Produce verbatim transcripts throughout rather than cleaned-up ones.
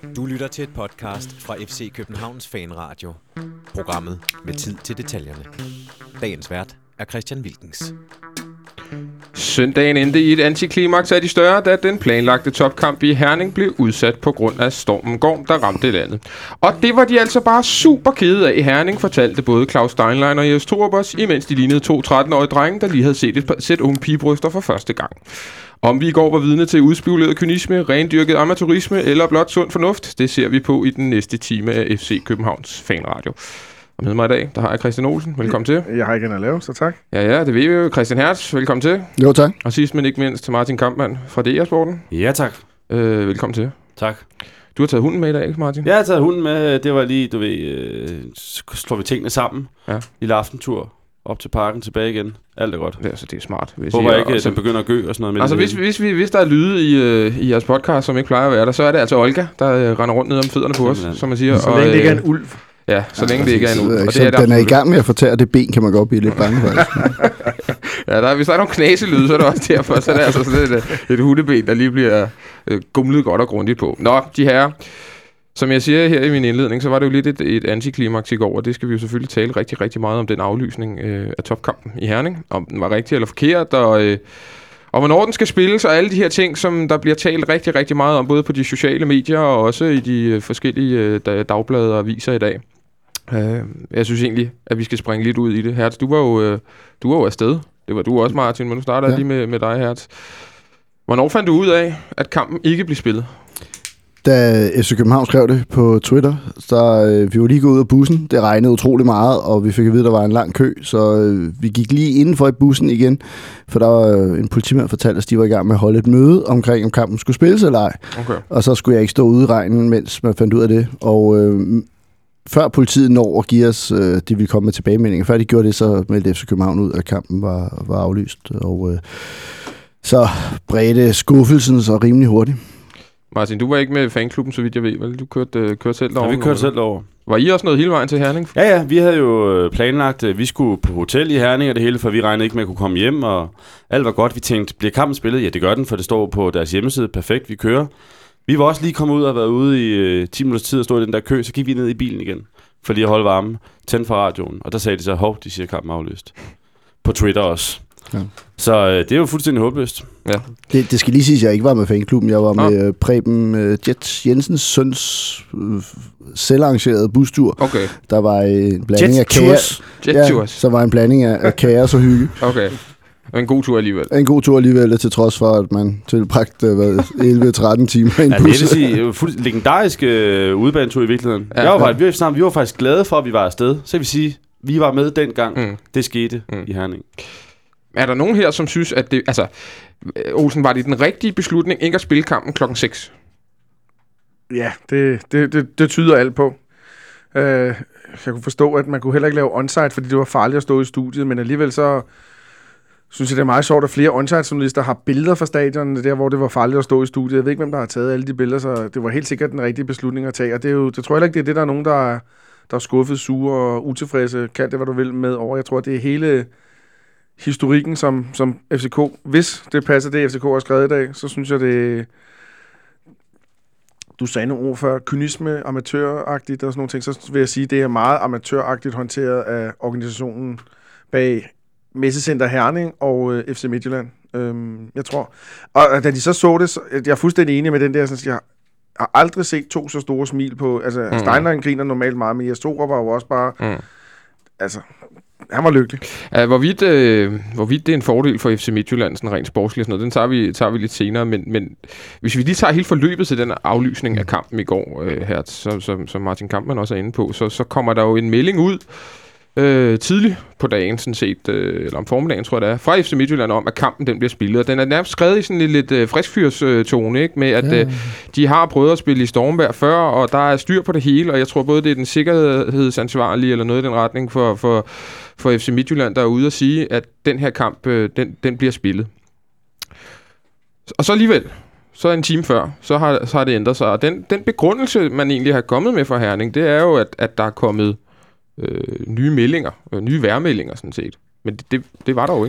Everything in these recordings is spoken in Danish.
Du lytter til et podcast fra F C Københavns Fanradio. Programmet med tid til detaljerne. Dagens vært er Christian Wilkens. Søndagen endte i et antiklimaks af de større, da den planlagte topkamp i Herning blev udsat på grund af stormen Gorm, der ramte landet. Og det var de altså bare super kede af i Herning, fortalte både Claus Steinlein og Jes Torup, imens de lignede to tretten-årige drenge, der lige havde set et sæt unge pigebryster for første gang. Om vi i går var vidne til udspivlet kynisme, rendyrket amatørisme eller blot sund fornuft, det ser vi på i den næste time af F C Københavns Fanradio. Og med mig i dag, der har jeg Christian Olsen. Velkommen til. Jeg har ikke andet at lave, så tak. Ja, ja, det ved vi jo. Christian Hertz, velkommen til. Jo, tak. Og sidst, men ikke mindst, til Martin Kampmann fra D R Sporten. Ja, tak. Øh, velkommen til. Tak. Du har taget hunden med i dag, ikke Martin? Jeg har taget hunden med. Det var lige, du ved, øh, slår vi tingene sammen. Ja. Lille aftentur. Op til parken, tilbage igen. Alt er godt. Ja, så det er smart. Jeg håber ikke, at den begynder at gø og sådan noget. Med altså, hvis, hvis, vi, hvis der er lyde i, øh, i jeres podcast, som ikke plejer at være der, så er det altså Olga, der øh, render rundt ned om fødderne på os, som man siger. Så længe det ikke er en ulv. Ja, så længe det ikke er en ulv. Og det er den er i gang med at fortære det ben, kan man godt blive lidt bange for. Ja, der er, hvis der er nogle knaselyde, så er det også derfor. Så er det altså sådan et, et hundeben, der lige bliver øh, gumlet godt og grundigt på. Nå, de herrer. Som jeg siger her i min indledning, så var det jo lidt et, et antiklimaks i går, og det skal vi jo selvfølgelig tale rigtig, rigtig meget om den aflysning øh, af topkampen i Herning. Om den var rigtig eller forkert, og, øh, og hvornår den skal spilles, og alle de her ting, som der bliver talt rigtig, rigtig meget om, både på de sociale medier og også i de øh, forskellige øh, dagblade og aviser i dag. Øh, jeg synes egentlig, at vi skal springe lidt ud i det. Hertz, du var jo, øh, du var jo afsted. Det var du også, Martin, men nu starter jeg ja. lige med, med dig, Hertz. Hvornår fandt du ud af, at kampen ikke blev spillet? Da F C København skrev det på Twitter, så øh, vi var lige gået ud af bussen. Det regnede utrolig meget, og vi fik at vide, at der var en lang kø, så øh, vi gik lige indenfor i bussen igen, for der var øh, en politimand, der fortalte os, at de var i gang med at holde et møde omkring, om kampen skulle spilles eller ej. Okay. Og så skulle jeg ikke stå ude i regnen, mens man fandt ud af det. Og øh, før politiet når at give os, øh, de ville komme med tilbagemeldinger, før de gjorde det, så meldte F C København ud, at kampen var, var aflyst. Og øh, så bredte skuffelsen så rimelig hurtigt. Martin, du var ikke med fanklubben, så vidt jeg ved, vel? Du kørte, øh, kørte selv derover? Ja, vi kørte selv derover. Var I også noget hele vejen til Herning? Ja, ja, vi havde jo planlagt, at vi skulle på hotel i Herning og det hele, for vi regnede ikke med at kunne komme hjem, og alt var godt. Vi tænkte, bliver kampen spillet? Ja, det gør den, for det står på deres hjemmeside. Perfekt, vi kører. Vi var også lige kommet ud og været ude i øh, ti minutters tid og stå i den der kø, så gik vi ned i bilen igen, for lige at holde varmen, tændte for radioen, og der sagde de så, hov, de siger kampen aflyst. På Twitter også. Ja. Så øh, det er jo fuldstændig håbløst. Ja. Det, det skal lige siges, at jeg ikke var med fanklubben. Jeg var med øh, Preben øh, Jets Jensens søns øh, selvarrangerede bustur. Okay. Der var en blanding af kaos. Ja, så var en blanding af, af kaos og hygge. Okay. En god tur alligevel. En god tur alligevel, til trods for, at man tilbragte elleve tretten timer i en ja, bus. Det vil sige, fuldt legendarisk øh, udebanetur i virkeligheden. Ja, jeg var, ja. vi, var, vi var faktisk glade for, at vi var afsted. Så vil sige, vi var med dengang, mm. det skete mm. i Herning. Er der nogen her, som synes, at det... Altså, Olsen, var det den rigtige beslutning ikke at spille kampen klokken seks? Ja, det, det, det, det tyder alt på. Uh, jeg kunne forstå, at man kunne heller ikke lave onsite, fordi det var farligt at stå i studiet, men alligevel så synes jeg, det er meget sjovt, at flere onsite-journalister har billeder fra stadionet, der hvor det var farligt at stå i studiet. Jeg ved ikke, hvem der har taget alle de billeder, så det var helt sikkert den rigtige beslutning at tage. Og det, er jo, det tror jeg ikke, det er det, der er nogen, der er, der er skuffet, sure og utilfredse. Kald det, hvad du vil med over. Jeg tror, det er hele historikken, som, som F C K, hvis det passer det, F C K har skrevet i dag, så synes jeg, det... Du sagde nogle ord før, kynisme, amatøragtigt og sådan nogle ting, så vil jeg sige, det er meget amatøragtigt håndteret af organisationen bag Messecenter Herning og øh, F C Midtjylland. Øhm, jeg tror. Og da de så så det, så, jeg er fuldstændig enig med den der, sådan, jeg har aldrig set to så store smil på, altså mm. Steinlein griner normalt meget, men Jes Torup var jo også bare, mm. altså... Han var lykkelig. Uh, hvorvidt, øh, hvorvidt det er en fordel for F C Midtjylland, sådan rent sportsligt, sådan noget, den tager vi, tager vi lidt senere, men, men hvis vi lige tager helt forløbet til den aflysning af kampen i går, øh, her, som, som, som Martin Kampmann også er inde på, så, så kommer der jo en melding ud øh, tidligt på dagen, sådan set, øh, eller om formiddagen, tror jeg det er, fra F C Midtjylland om, at kampen den bliver spillet, og den er nærmest skrevet i sådan lidt, lidt øh, friskfyrstone, ikke, med at ja. øh, de har prøvet at spille i Stormberg før, og der er styr på det hele, og jeg tror både det er den sikkerhedsansvarlige, eller noget i den retning for, for for F C Midtjylland, der er ude og sige, at den her kamp, øh, den, den bliver spillet. Og så alligevel, så en time før, så har, så har det ændret sig. Og den, den begrundelse, man egentlig har kommet med fra Herning, det er jo, at, at der er kommet øh, nye meldinger, øh, nye vejrmeldinger sådan set. Men det, det, det var der jo ikke.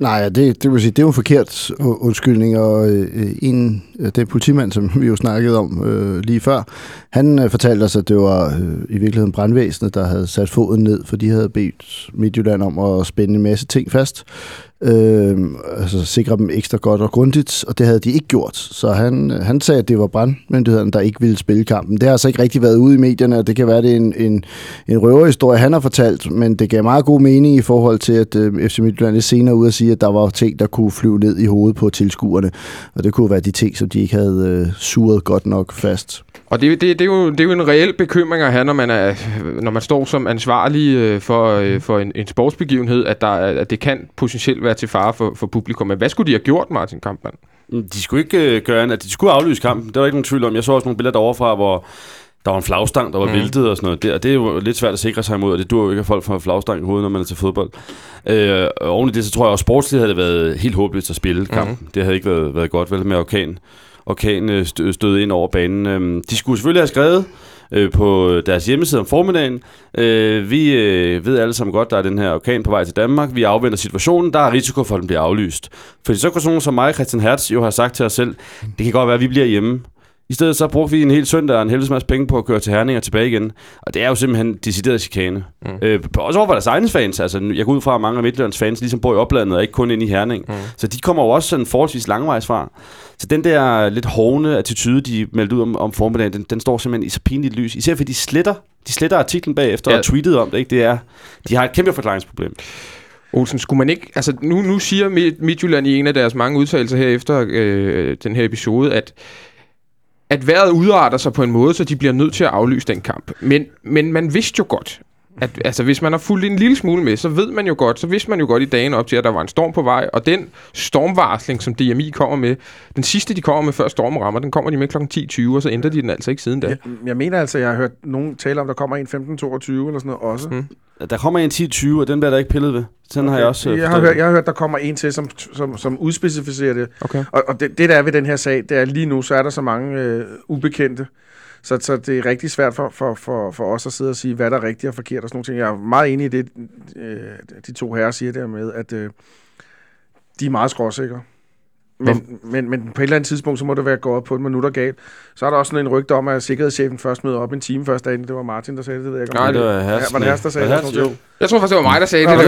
Nej, det, det vil sige, det er jo en forkert undskyldning, og øh, en, den politimand, som vi jo snakkede om øh, lige før, han øh, fortalte os, at det var øh, i virkeligheden brandvæsenet, der havde sat foden ned, for de havde bedt Midtjylland om at spænde en masse ting fast, øh, altså sikre dem ekstra godt og grundigt, og det havde de ikke gjort. Så han, han sagde, at det var brandmyndighederne, der ikke ville spille kampen. Det har altså ikke rigtig været ude i medierne, og det kan være, det er en, en, en røverhistorie, han har fortalt, men det gav meget god mening i forhold til, at øh, F C Midtjylland lidt senere ude at sige, at der var ting, der kunne flyve ned i hovedet på tilskuerne, og det kunne være de ting, som de ikke havde øh, suret godt nok fast. Og det, det, det, er jo, det er jo en reel bekymring at have, når man, er, når man står som ansvarlig øh, for, øh, for en, en sportsbegivenhed, at, der, at det kan potentielt være til fare for, for publikum. Men hvad skulle de have gjort, Martin Kampmann? De skulle ikke øh, gøre andet. De skulle aflyse kampen. Det var ikke nogen tvivl om. Jeg så også nogle billeder derovre fra, hvor der var en flagstang, der var mm. væltet og sådan noget. Det, og det er jo lidt svært at sikre sig imod, og det dur jo ikke, at folk får flagstang i hovedet, når man er til fodbold. Øh, og oven i det, så tror jeg også, sportsligt havde det været helt håbløst at spille kampen. Mm. Det havde ikke været, været godt, vel, med orkan. Orkan stød ind over banen. De skulle selvfølgelig have skrevet øh, på deres hjemmeside om formiddagen. Øh, vi øh, ved alle sammen godt, der er den her orkan på vej til Danmark. Vi afventer situationen. Der er risiko for, at den bliver aflyst. Fordi så kan sådan som mig, Christian Hertz, jo har sagt til os selv, det kan godt være, at vi bliver hjemme. I stedet så brugte vi en hel søndag og en helvedes masse penge på at køre til Herning og tilbage igen. Og det er jo simpelthen decideret chikane. Mm. Øh, også over for deres egne fans. Altså, jeg går ud fra, at mange af Midtjyllands fans ligesom bor i oplandet og ikke kun inde i Herning. Mm. Så de kommer jo også sådan forholdsvis langvejs fra. Så den der lidt hovne attitude, de meldte ud om, om formiddagen, den, den står simpelthen i så pinligt lys. Især fordi de sletter, de sletter artiklen bagefter ja. og tweetet om det. Ikke? Det er, de har et kæmpe forklaringsproblem. Olsen, skulle man ikke... Altså, nu, nu siger Midtjylland i en af deres mange udtalelser her efter øh, den her episode, at at vejret udarter sig på en måde, så de bliver nødt til at aflyse den kamp. Men, men man vidste jo godt, at altså, hvis man har fulgt en lille smule med, så ved man jo godt, så vidste man jo godt i dagen op til, at der var en storm på vej, og den stormvarsling, som D M I kommer med, den sidste, de kommer med før stormen rammer, den kommer de med klokken ti tyve, og så ændrer de den altså ikke siden da. Jeg, jeg mener altså, jeg har hørt nogen tale om, der kommer en femten toogtyve eller sådan noget også. Hmm. Der kommer en ti tyve, og den bliver der ikke pillet ved. Sådan okay. har jeg også jeg har, hørt, jeg har hørt, der kommer en til, som, som, som udspecificerer det. Okay. Og, og det, det, der er ved den her sag, det er lige nu, så er der så mange øh, ubekendte. Så, så det er rigtig svært for, for, for, for os at sidde og sige, hvad der er rigtigt og forkert og sådan nogle ting. Jeg er meget enig i det, øh, de to herrer siger der med, at øh, de er meget skråsikre. Men, men, men på et eller andet tidspunkt, så må det være gået på et minut og galt. Så er der også sådan en rygte om, at sikkerhedschefen først møder op en time først dagen. Det var Martin, der sagde det, det ved jeg ikke. Nej, det var Hertz. Var det Hertz, der sagde det? Jo. Jeg tror faktisk, det var mig, der sagde det.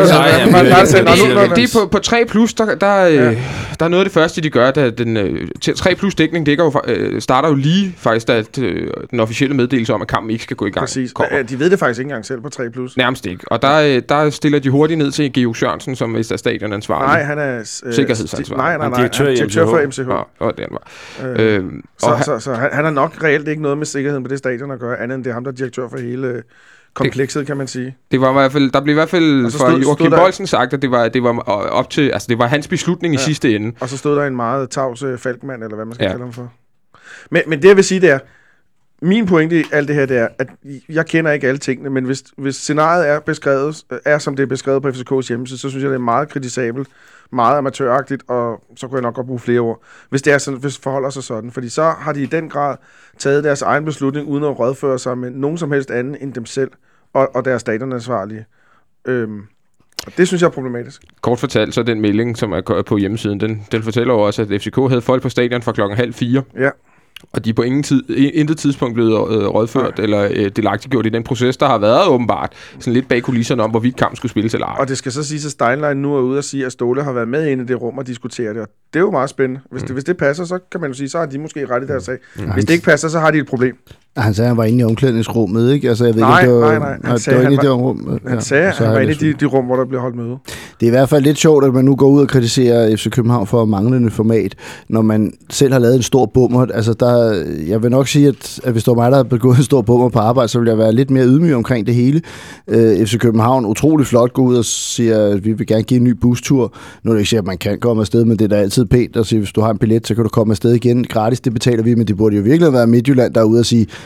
Det er på, på tre plus, der, der, ja. øh, der er noget af det første, de gør. Der, den, øh, tre plus dækning dækker jo, øh, starter jo lige faktisk, da øh, den officielle meddelelse om, at kampen ikke skal gå i gang. Præcis. Kommer. De ved det faktisk ikke engang selv på tre plus. Nærmest ikke. Og der, øh, der stiller de hurtigt ned til Georg Sørensen, som er stadionansvarlig. Nej, han er øh, sikkerhedsansvarlig. Nej, nej, nej. Direktør, direktør for M C H. Ja, og den var. Øh, øh, så, og så, så han, han har nok reelt ikke noget med sikkerheden på det stadion at gøre, andet end det er ham, der er direktør for hele komplekset, det, kan man sige. Det var i hvert fald, der blev i hvert fald fra Joachim Boldsen sagt, at det var, det var op til, altså det var hans beslutning ja. i sidste ende. Og så stod der en meget tavs Falkmand, eller hvad man skal ja. kalde ham for. Men, men det jeg vil sige, det er, min pointe i alt det her, det er, at jeg kender ikke alle tingene, men hvis, hvis scenariet er beskrevet, er som det er beskrevet på F C K's hjemmeside, så synes jeg, det er meget kritisabelt, meget amatøragtigt, og så kunne jeg nok godt bruge flere ord, hvis det er sådan, hvis det forholder sig sådan. Fordi så har de i den grad taget deres egen beslutning, uden at rådføre sig med nogen som helst anden end dem selv, og, og deres stadionansvarlige. Øhm, og det synes jeg er problematisk. Kort fortalt, så den melding, som er på hjemmesiden, den, den fortæller jo også, at F C K havde folk på stadion fra klokken halv fire. Ja. Og de er på ingen tid, intet tidspunkt blevet øh, rådført, Nej. eller øh, delagtiggjort i den proces, der har været åbenbart sådan lidt bag kulisserne om, hvorvidt kampen skulle spilles eller ej. Og det skal så sige, at Steinlein nu er ude og sige, at Ståle har været med inde i det rum og diskutere det, og det er jo meget spændende. Hvis, mm. det, hvis det passer, så kan man jo sige, så har de måske ret i deres sag. Mm. Hvis det ikke passer, så har de et problem. Han sagde, at han var inde i omklædningsrummet, ikke? Altså, jeg ved nej, ikke, det var, nej, nej. Han sagde, det var han, var, det rum. Han sagde, ja, han var inde i de, de rum, hvor der blev holdt møde. Det er i hvert fald lidt sjovt, at man nu går ud og kritiserer F C København for manglende format, når man selv har lavet en stor bummer. Altså, der, jeg vil nok sige, at, at hvis det var mig, der havde begået en stor bummer på arbejde, så ville jeg være lidt mere ydmyg omkring det hele. Uh, F C København utrolig flot går ud og siger, at vi vil gerne give en ny bustur. Nu er det ikke sikkert, at man kan komme afsted, men det er da altid pænt at sige, hvis du har en billet, så kan du komme afsted igen gratis. Det betaler vi, men det burde jo virkelig være Midtjylland, der er ude og sige,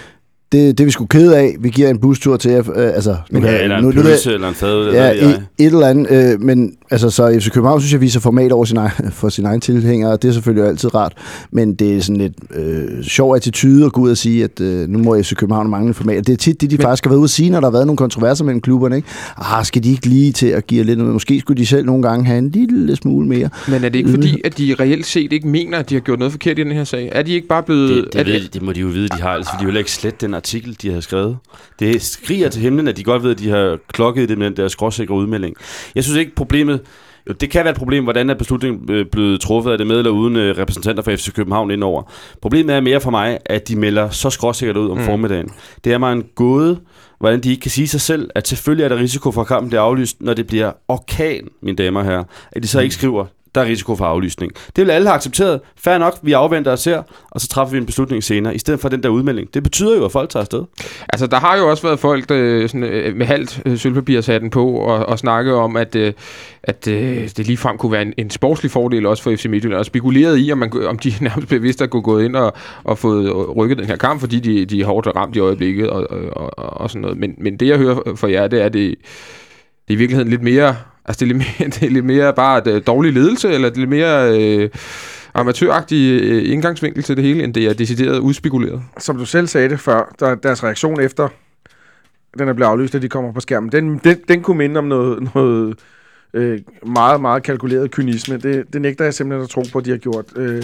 det, det er vi sgu ked af. Vi giver en bustur til jer. Øh, altså, nu, ja, eller nu, en pølse, eller en fad, ja, eller et, et eller andet. Øh, men altså, så F C København, synes jeg, viser format over sin egen, for sine egne tilhængere, og det er selvfølgelig altid rart. Men det er sådan lidt øh, sjov attitude at gå ud og sige, at øh, nu må F C København mangle format. Det er tit det, de men, faktisk har været ude at sige, når der har været nogle kontroverser mellem klubberne. Ikke? Ah, skal de ikke lige til at give lidt noget? Måske skulle de selv nogle gange have en lille smule mere. Men er det ikke fordi, at de reelt set ikke mener, at de har gjort noget forkert i den her sag? Er de ikke bare blevet... Det, det, det, ved, det må de jo vide, de har. Altså, de vil ikke slet den artikel, de har skrevet. Det skriger til himlen, at de godt ved, at de har klokket det med den der skråsikre udmelding. Jeg synes ikke, problemet... Jo, det kan være et problem, hvordan er beslutningen blevet truffet af det med eller uden repræsentanter fra F C København indover. Problemet er mere for mig, at de melder så skråsikkert ud om mm. formiddagen. Det er mig en gåde, hvordan de ikke kan sige sig selv, at selvfølgelig er der risiko for, at kampen bliver aflyst, når det bliver orkan, mine damer og herrer. At de så ikke skriver, der er risiko for aflysning. Det vil alle have accepteret. Fair nok, vi afventer og ser, og så træffer vi en beslutning senere, i stedet for den der udmelding. Det betyder jo, at folk tager afsted. Altså, der har jo også været folk der, sådan, med halvt sølvpapirshatten på og, og snakke om, at, at det ligefrem kunne være en, en sportslig fordel også for F C Midtjylland, og spekuleret i, om, man, om de nærmest bevidst er gået ind og, og fået rykket den her kamp, fordi de, de er hårdt ramt i øjeblikket og, og, og, og sådan noget. Men, men det, jeg hører fra jer, det er, det, det er i virkeligheden lidt mere... Altså, det er lidt mere, det er lidt mere bare et dårlig ledelse, eller det er lidt mere øh, amatøragtig øh, indgangsvinkel til det hele, end det er decideret udspekuleret. Som du selv sagde det før, der, deres reaktion efter, den er blevet aflyst, at de kommer på skærmen, den, den, den kunne minde om noget, noget øh, meget, meget kalkuleret kynisme. Det, det nægter jeg simpelthen at tro på, at de har gjort. Øh,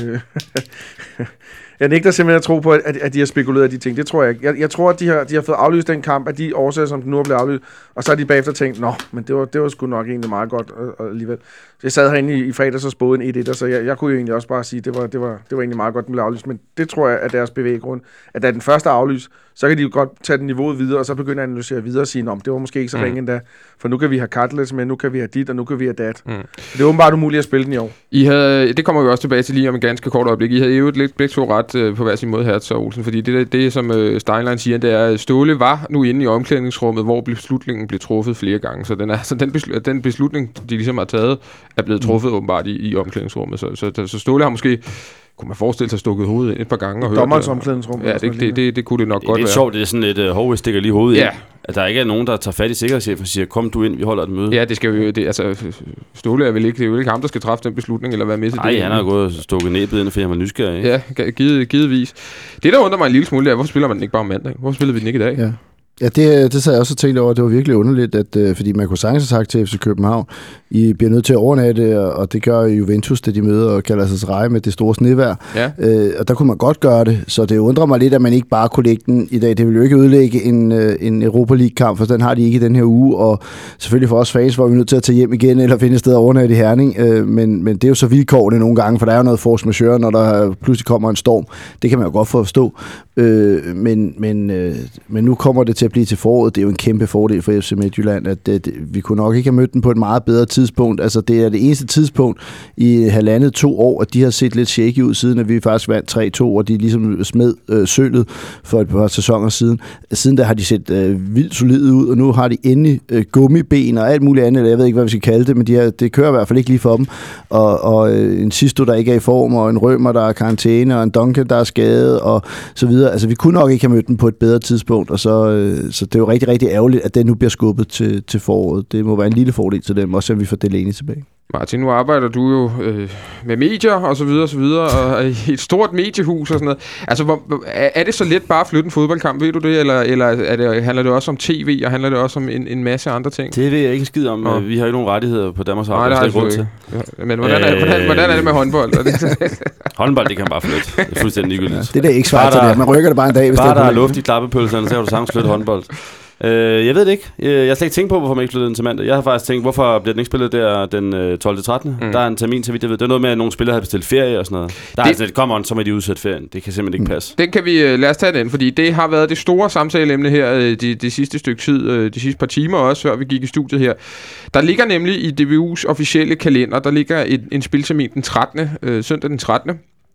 jeg nægter simpelthen at tro på, at, at de har spekuleret de ting. Det tror jeg ikke. Jeg, jeg tror, at de har, de har fået aflyst den kamp af de årsager, som den nu er blevet aflyst, og så har de bagefter tænkt, nå, men det var, det var sgu nok egentlig meget godt og, og alligevel. Så jeg sad herinde i, i fredags og spåede en et et, så jeg, jeg kunne jo egentlig også bare sige, at det var, det var, det var egentlig meget godt, den blev aflyst. Men det tror jeg er deres bevæggrund, at da den første aflys, så kan de jo godt tage den niveauet videre, og så begynde at analysere videre og sige, nå, det var måske ikke så ringe endda, for nu kan vi have Cutlass med, nu kan vi have dit, og nu kan vi have dat. Mm. Det er åbenbart umuligt at spille den i år. I havde, det kommer vi også tilbage til lige om en ganske kort øjeblik. I havde jo et lidt begge to ret øh, på hver sin måde, Hertz og Olsen, fordi det, det som øh, Steinlein siger, det er, at Ståle var nu inde i omklædningsrummet, hvor beslutningen blev truffet flere gange. Så den, er, så den, besl- den beslutning, de ligesom har taget, er blevet truffet mm. åbenbart i, i omklædningsrummet. Så, så, så, så Ståle har måske... kunne man forestille sig stukket hovedet ind et par gange og hørt Dommerens omklædningsrum. Ja, det, det, det, det kunne det nok det godt være. Det er lidt sjovt, det er sådan lidt uh, hov, jeg stikker lige hovedet ja. ind. At der ikke er nogen, der tager fat i sikkerhedschefen og siger, kom du ind, vi holder et møde. Ja, det skal jo, det, altså, Ståle er vel ikke, det er jo ikke ham, der skal træffe den beslutning, eller være med til Ej, det. Nej, han har gået og stukket næbet ind, fordi han var nysgerrig. Ja, givet, givetvis. Det, der undrer mig en lille smule, er, hvorfor spiller man den ikke bare om mandag? Hvorfor spiller vi den ikke i dag? Ja. Ja, det, det sad jeg også og tænkte over, det var virkelig underligt, at, øh, fordi man kunne sagtens have sagt til F C København, I bliver nødt til at overnatte, og, og det gør Juventus, da de møder og kalder sig Reje med det store snevejr. Ja. Øh, og der kunne man godt gøre det, så det undrer mig lidt, at man ikke bare kunne lægge den i dag. Det vil jo ikke ødelægge en, øh, en Europa League-kamp, for den har de ikke i den her uge, og selvfølgelig for os fans var vi nødt til at tage hjem igen, eller finde et sted at overnatte i Herning, øh, men, men det er jo så vilkårene nogle gange, for der er jo noget force majeure, når der pludselig kommer en storm. Det kan man jo godt forstå, øh, men, men, øh, men nu kommer det til at blive til foråret. Det er jo en kæmpe fordel for F C Midtjylland, at det, vi kunne nok ikke have mødt den på et meget bedre tidspunkt. Altså, det er det eneste tidspunkt i halvandet to år, at de har set lidt shaky ud, siden at vi faktisk vandt tre to, og de ligesom smed øh, sølvet for et par sæsoner siden. Siden der har de set øh, vildt solide ud, og nu har de endelig øh, gummiben og alt muligt andet, eller jeg ved ikke, hvad vi skal kalde det, men de har, det kører i hvert fald ikke lige for dem. Og, og øh, en Sisto, der ikke er i form, og en Rømer, der er karantæne, og en Duncan, der er skadet, og så videre. Altså, vi kunne nok ikke have mødt den på et bedre tidspunkt, og så, øh, så det er jo rigtig, rigtig ærgerligt, at den nu bliver skubbet til, til foråret. Det må være en lille fordel til dem, også at vi får Delaney tilbage. Martin, nu arbejder du jo øh, med medier og så videre og så videre, og i et stort mediehus og sådan noget. Altså, hvor, er det så let bare at flytte en fodboldkamp, ved du det? Eller, eller er det, handler det også om tv, og handler det også om en, en masse andre ting? Det ved jeg ikke skid om. Nå. Vi har ikke nogen rettigheder på Danmarks Radio. Nej, det har jeg ikke. Ja, men hvordan er, hvordan, hvordan er det med håndbold? Håndbold, det kan man bare flytte. Det er fuldstændig ligegyldigt. Ja, det er da ikke svært til det. Man rykker det bare en dag, hvis bare det er der er luft i klappepølserne, så kan du sagtens flytte håndbold. Uh, jeg ved det ikke. Jeg har slet ikke tænkt på, hvorfor man ikke flyttede den til mandag. Jeg har faktisk tænkt, hvorfor bliver den ikke spillet der den tolvte trettende Mm. Der er en termin, så vidt jeg ved. Det er noget med, at nogle spillere har bestilt ferie og sådan noget. Der det, er sådan et, come on, så må de udsætte ferien. Det kan simpelthen ikke passe. Den kan vi, uh, lad os tage den, fordi det har været det store samtaleemne her uh, de, de sidste stykke tid, uh, de sidste par timer også, før vi gik i studiet her. Der ligger nemlig i D B U's officielle kalender, der ligger et, en spiltermin den trettende Uh, søndag den trettende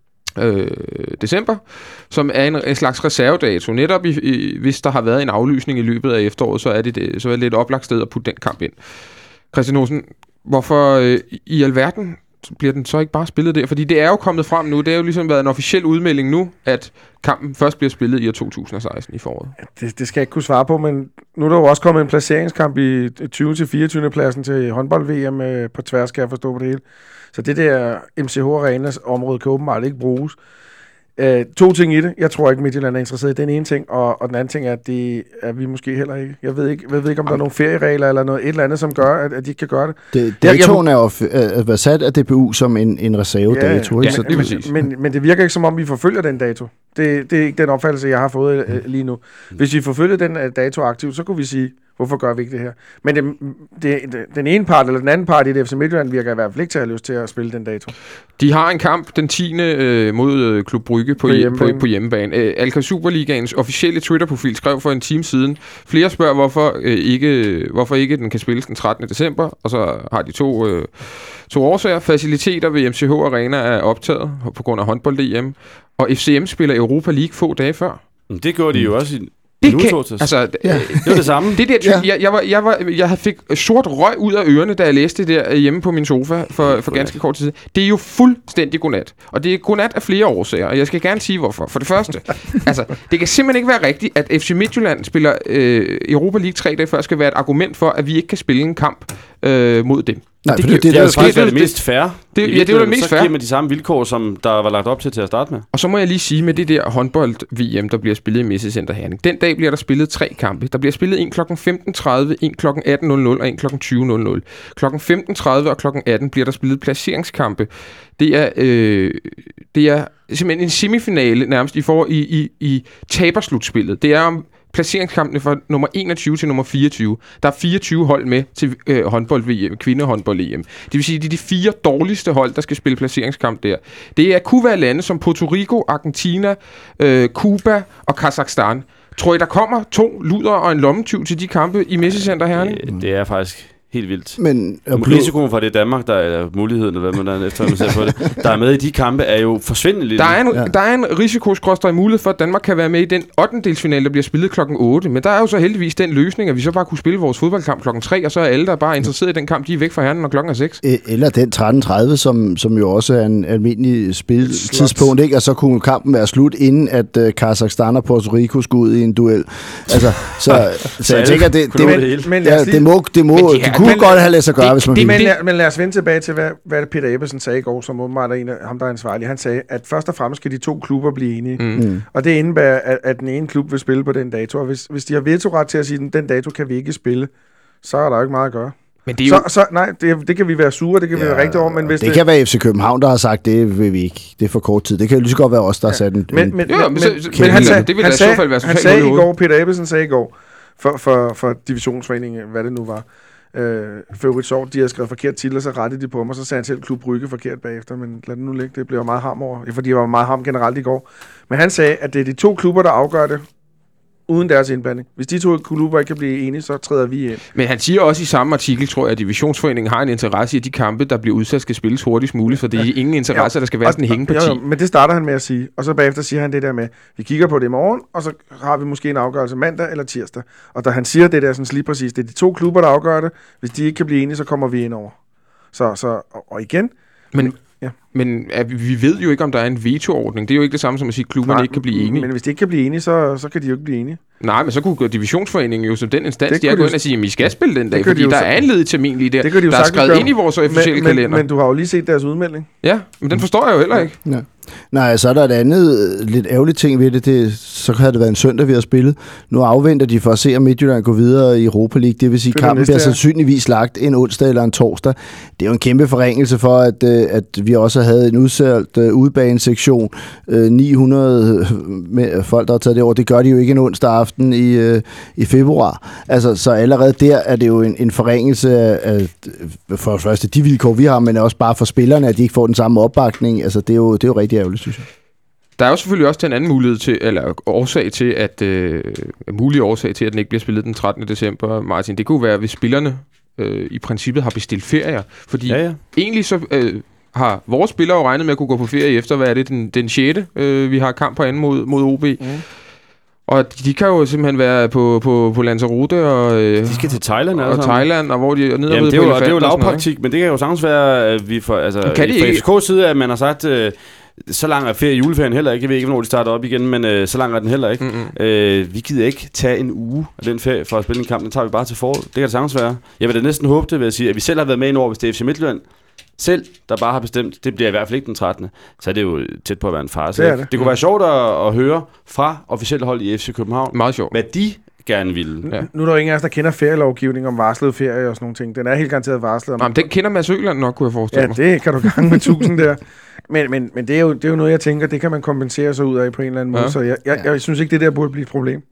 Øh, december, som er en, en slags reservedato. Netop i, i, hvis der har været en aflysning i løbet af efteråret, så er det, det, så er det et oplagt sted at putte den kamp ind. Christian Olsen, hvorfor øh, i alverden bliver den så ikke bare spillet der? Fordi det er jo kommet frem nu, det er jo ligesom været en officiel udmelding nu, at kampen først bliver spillet i år to tusind og seksten i foråret. Det, det skal jeg ikke kunne svare på, men nu er der jo også kommet en placeringskamp i tyve til fireogtyvende pladsen til håndbold-V M øh, på tværs, skal jeg forstå på det hele. Så det der M C H Arenas område kan åbenbart ikke bruges. Uh, to ting i det. Jeg tror ikke, Midtjylland er interesseret i den ene ting, og, og den anden ting er, at det er vi måske heller ikke. Jeg ved ikke, jeg ved ikke om der er nogle ferieregler eller noget et eller andet, som gør, at, at de ikke kan gøre det. det datoen er jo at være sat af D P U som en, en reservedato. Ja, ja, det er præcis. Men, men det virker ikke, som om vi forfølger den dato. Det, det er ikke den opfattelse, jeg har fået uh, lige nu. Hvis vi forfølger den uh, dato aktivt, så kunne vi sige, hvorfor gør vi ikke det her? Men det, det, det, den ene part eller den anden part i det F C Midtjylland virker i hvert fald ikke til at have lyst til at spille den dato. De har en kamp den tiende øh, mod øh, Klub Brygge på, på hjemmebane. På, på hjemmebane. Øh, Alka Superligaens officielle Twitter-profil skrev for en time siden. Flere spørger, hvorfor, øh, ikke, hvorfor ikke den kan spilles den trettende december, og så har de to, øh, to årsager. Faciliteter ved M C H Arena er optaget på grund af håndbold-D M, og F C M spiller Europa League få dage før. Det gjorde de jo også i... Det, kan, altså, ja. det var det samme. Det der, ja. jeg, jeg, var, jeg, var, jeg fik sort røg ud af ørerne, da jeg læste det der hjemme på min sofa for, for ganske kort tid. Det er jo fuldstændig godnat. Og det er godnat af flere årsager, og jeg skal gerne sige hvorfor. For det første, altså, det kan simpelthen ikke være rigtigt, at F C Midtjylland spiller øh, Europa League tre dage før, skal være et argument for, at vi ikke kan spille en kamp øh, mod dem. Nej, det, det, det, det, det er jo det, faktisk det, det, det mest fair. Det, ja, det er jo det mest fair. Så giver man de samme vilkår, som der var lagt op til til at starte med. Og så må jeg lige sige med det der håndbold-V M, der bliver spillet i Messecenter Herning. Den dag bliver der spillet tre kampe. Der bliver spillet en klokken femten tredive, en klokken atten nul nul og en klokken tyve nul nul. Klokken femten tredive og klokken atten bliver der spillet placeringskampe. Det er, øh, det er simpelthen en semifinale nærmest i, for, i, i, i taberslutspillet. Det er om placeringskampene fra nummer enogtyve til nummer fireogtyve. Der er fireogtyve hold med til øh, håndbold-V M, kvindehåndbold-E M. Det vil sige, at det er de fire dårligste hold, der skal spille placeringskamp der. Det er, kunne være lande som Puerto Rico, Argentina, øh, Cuba og Kazakhstan. Tror I, der kommer to luder og en lommetyv til de kampe i Messecenter Herning? Det, det er faktisk helt vildt. Men risikoen for det er Danmark, der er muligheden, eller hvad man der efter man ser på det, der er med i de kampe, er jo forsvindende. Der er en, ja. der er en risikoskråstreg mulighed for, at Danmark kan være med i den ottendelsfinale, der bliver spillet klokken otte. Men der er jo så heldigvis den løsning, at vi så bare kunne spille vores fodboldkamp klokken tre, og så er alle, der bare er interesseret i den kamp, de er væk fra Herning, når klokken er seks. Eller den tretten tredive, som, som jo også er en almindelig spiltidspunkt, ikke? Og så kunne kampen være slut, inden at uh, Kazakhstan og Puerto Rico skulle ud i en duel. Altså, så, så, så jeg tænker, det, det, det, men, ja, det må, det må, de de kunne men, godt have ladet sig gøre, det, hvis man det, men, lad, men lad os vende tilbage til, hvad, hvad Peter Ebbesen sagde i går, som åbenbart er en af ham, der er ansvarlig. Han sagde, at først og fremmest skal de to klubber blive enige. Mm. Og det indebærer, at, at den ene klub vil spille på den dato. Og hvis, hvis de har vetoret til at sige, at den dato kan vi ikke spille, så er der jo ikke meget at gøre. Men det er jo... så, så, nej, det, det kan vi være sure, det kan ja, vi være rigtig over, men hvis det... Det kan være F C København, der har sagt, det vil vi ikke. Det er for kort tid. Det kan jo lige så godt være os, der har sat en... Men, men, jo, men, men, men, så, men han sagde, det vil han da sagde, i så fald være han sagde i går, noget. Peter Ebbesen sagde i går, for, for, for divisionsforeningen, hvad det nu var, øh, for øvrigt så, de havde skrevet forkert titel, og så rettede de på mig, så sagde han selv Klub Brygge forkert bagefter, men lad det nu ligge, det blev meget ham over, fordi det var meget ham generelt i går. Men han sagde, at det er de to klubber, der afgør det, uden deres indblanding. Hvis de to klubber ikke kan blive enige, så træder vi ind. Men han siger også i samme artikel, tror jeg, at divisionsforeningen har en interesse i, at de kampe, der bliver udsat, skal spilles hurtigst muligt, for det er ingen interesse, ja, der skal være sådan en hængeparti. Ja, men det starter han med at sige, og så bagefter siger han det der med, vi kigger på det i morgen, og så har vi måske en afgørelse mandag eller tirsdag. Og da han siger det der sådan lige præcis, det er de to klubber, der afgør det. Hvis de ikke kan blive enige, så kommer vi ind over. Så, så og, og igen... Men... Ja. Men at vi ved jo ikke, om der er en veto-ordning. Det er jo ikke det samme som at sige, at klubberne ikke kan blive enige. Men hvis de ikke kan blive enige, så, så kan de jo ikke blive enige. Nej, men så kunne divisionsforeningen jo som den instans, de er gået ind og sige, at vi skal spille den dag, fordi de der er en ledig termin lige der. Det de der er skrevet ind i vores officielle men, kalender. Men, men du har jo lige set deres udmelding. Ja, men den forstår jeg jo heller ikke. Ja. Nej, så er der et andet lidt ærgerligt ting ved det. det. Så havde det været en søndag, vi har spillet. Nu afventer de for at se, om Midtjylland går videre i Europa League. Det vil sige, at kampen bliver sandsynligvis lagt en onsdag eller en torsdag. Det er jo en kæmpe forringelse for, at, at vi også havde en udsolgt uh, udbanesektion. Uh, ni hundrede med folk, der har taget det over. Det gør de jo ikke en onsdag aften i, uh, i februar. Altså, så allerede der er det jo en, en forringelse af, for det første de vilkår, vi har, men også bare for spillerne, at de ikke får den samme opbakning. Altså, det er jo, det er jo rigtig ærgerligt, synes jeg. Der er jo selvfølgelig også en anden mulighed til, eller årsag til, at øh, mulig årsag til, at den ikke bliver spillet den trettende december, Martin. Det kunne være, hvis spillerne øh, i princippet har bestilt ferier. Fordi ja, ja. egentlig så øh, har vores spillere jo regnet med at kunne gå på ferie efter, hvad er det, den, den sjette, øh, vi har kamp på anden mod, mod O B. Mm. Og de kan jo simpelthen være på, på, på Lanzarote og, øh, de skal til Thailand, og, altså. og Thailand, og hvor de er nede Jamen, og det er jo, det er jo noget, lavpraktik, men det kan jo sagtens være, at vi får, altså, kan de fra ikke? F C K's side, at man har sagt, øh, så lang er ferie juleferien heller ikke. Jeg ved ikke, hvornår de starter op igen, men øh, så lang er den heller ikke. Mm-hmm. Øh, vi gider ikke tage en uge af den ferie for at spille en kamp. Den tager vi bare til foråret. Det kan det sagtens være. Jeg vil da næsten håbe det, vil jeg sige, at vi selv har været med ind over, hvis det er F C Midtjylland selv, der bare har bestemt, det bliver i hvert fald ikke den trettende Så er det jo tæt på at være en farce. Det, det. det. det kunne være sjovt at, at høre fra officielle hold i F C København, Meget sjovt. hvad de gerne ville. Ja. Nu er der jo ingen af os, der kender ferielovgivning om varslet ferie og sådan nogle ting. Den er helt garanteret varslet om. Jamen, den kender Mads Øland nok, kunne jeg forestille Ja, mig. det kan du gange med tusind der. Men, men, men det, er jo, det er jo noget, jeg tænker, det kan man kompensere sig ud af på en eller anden måde. Ja. Så jeg, jeg, jeg, jeg synes ikke, det der burde blive et problem.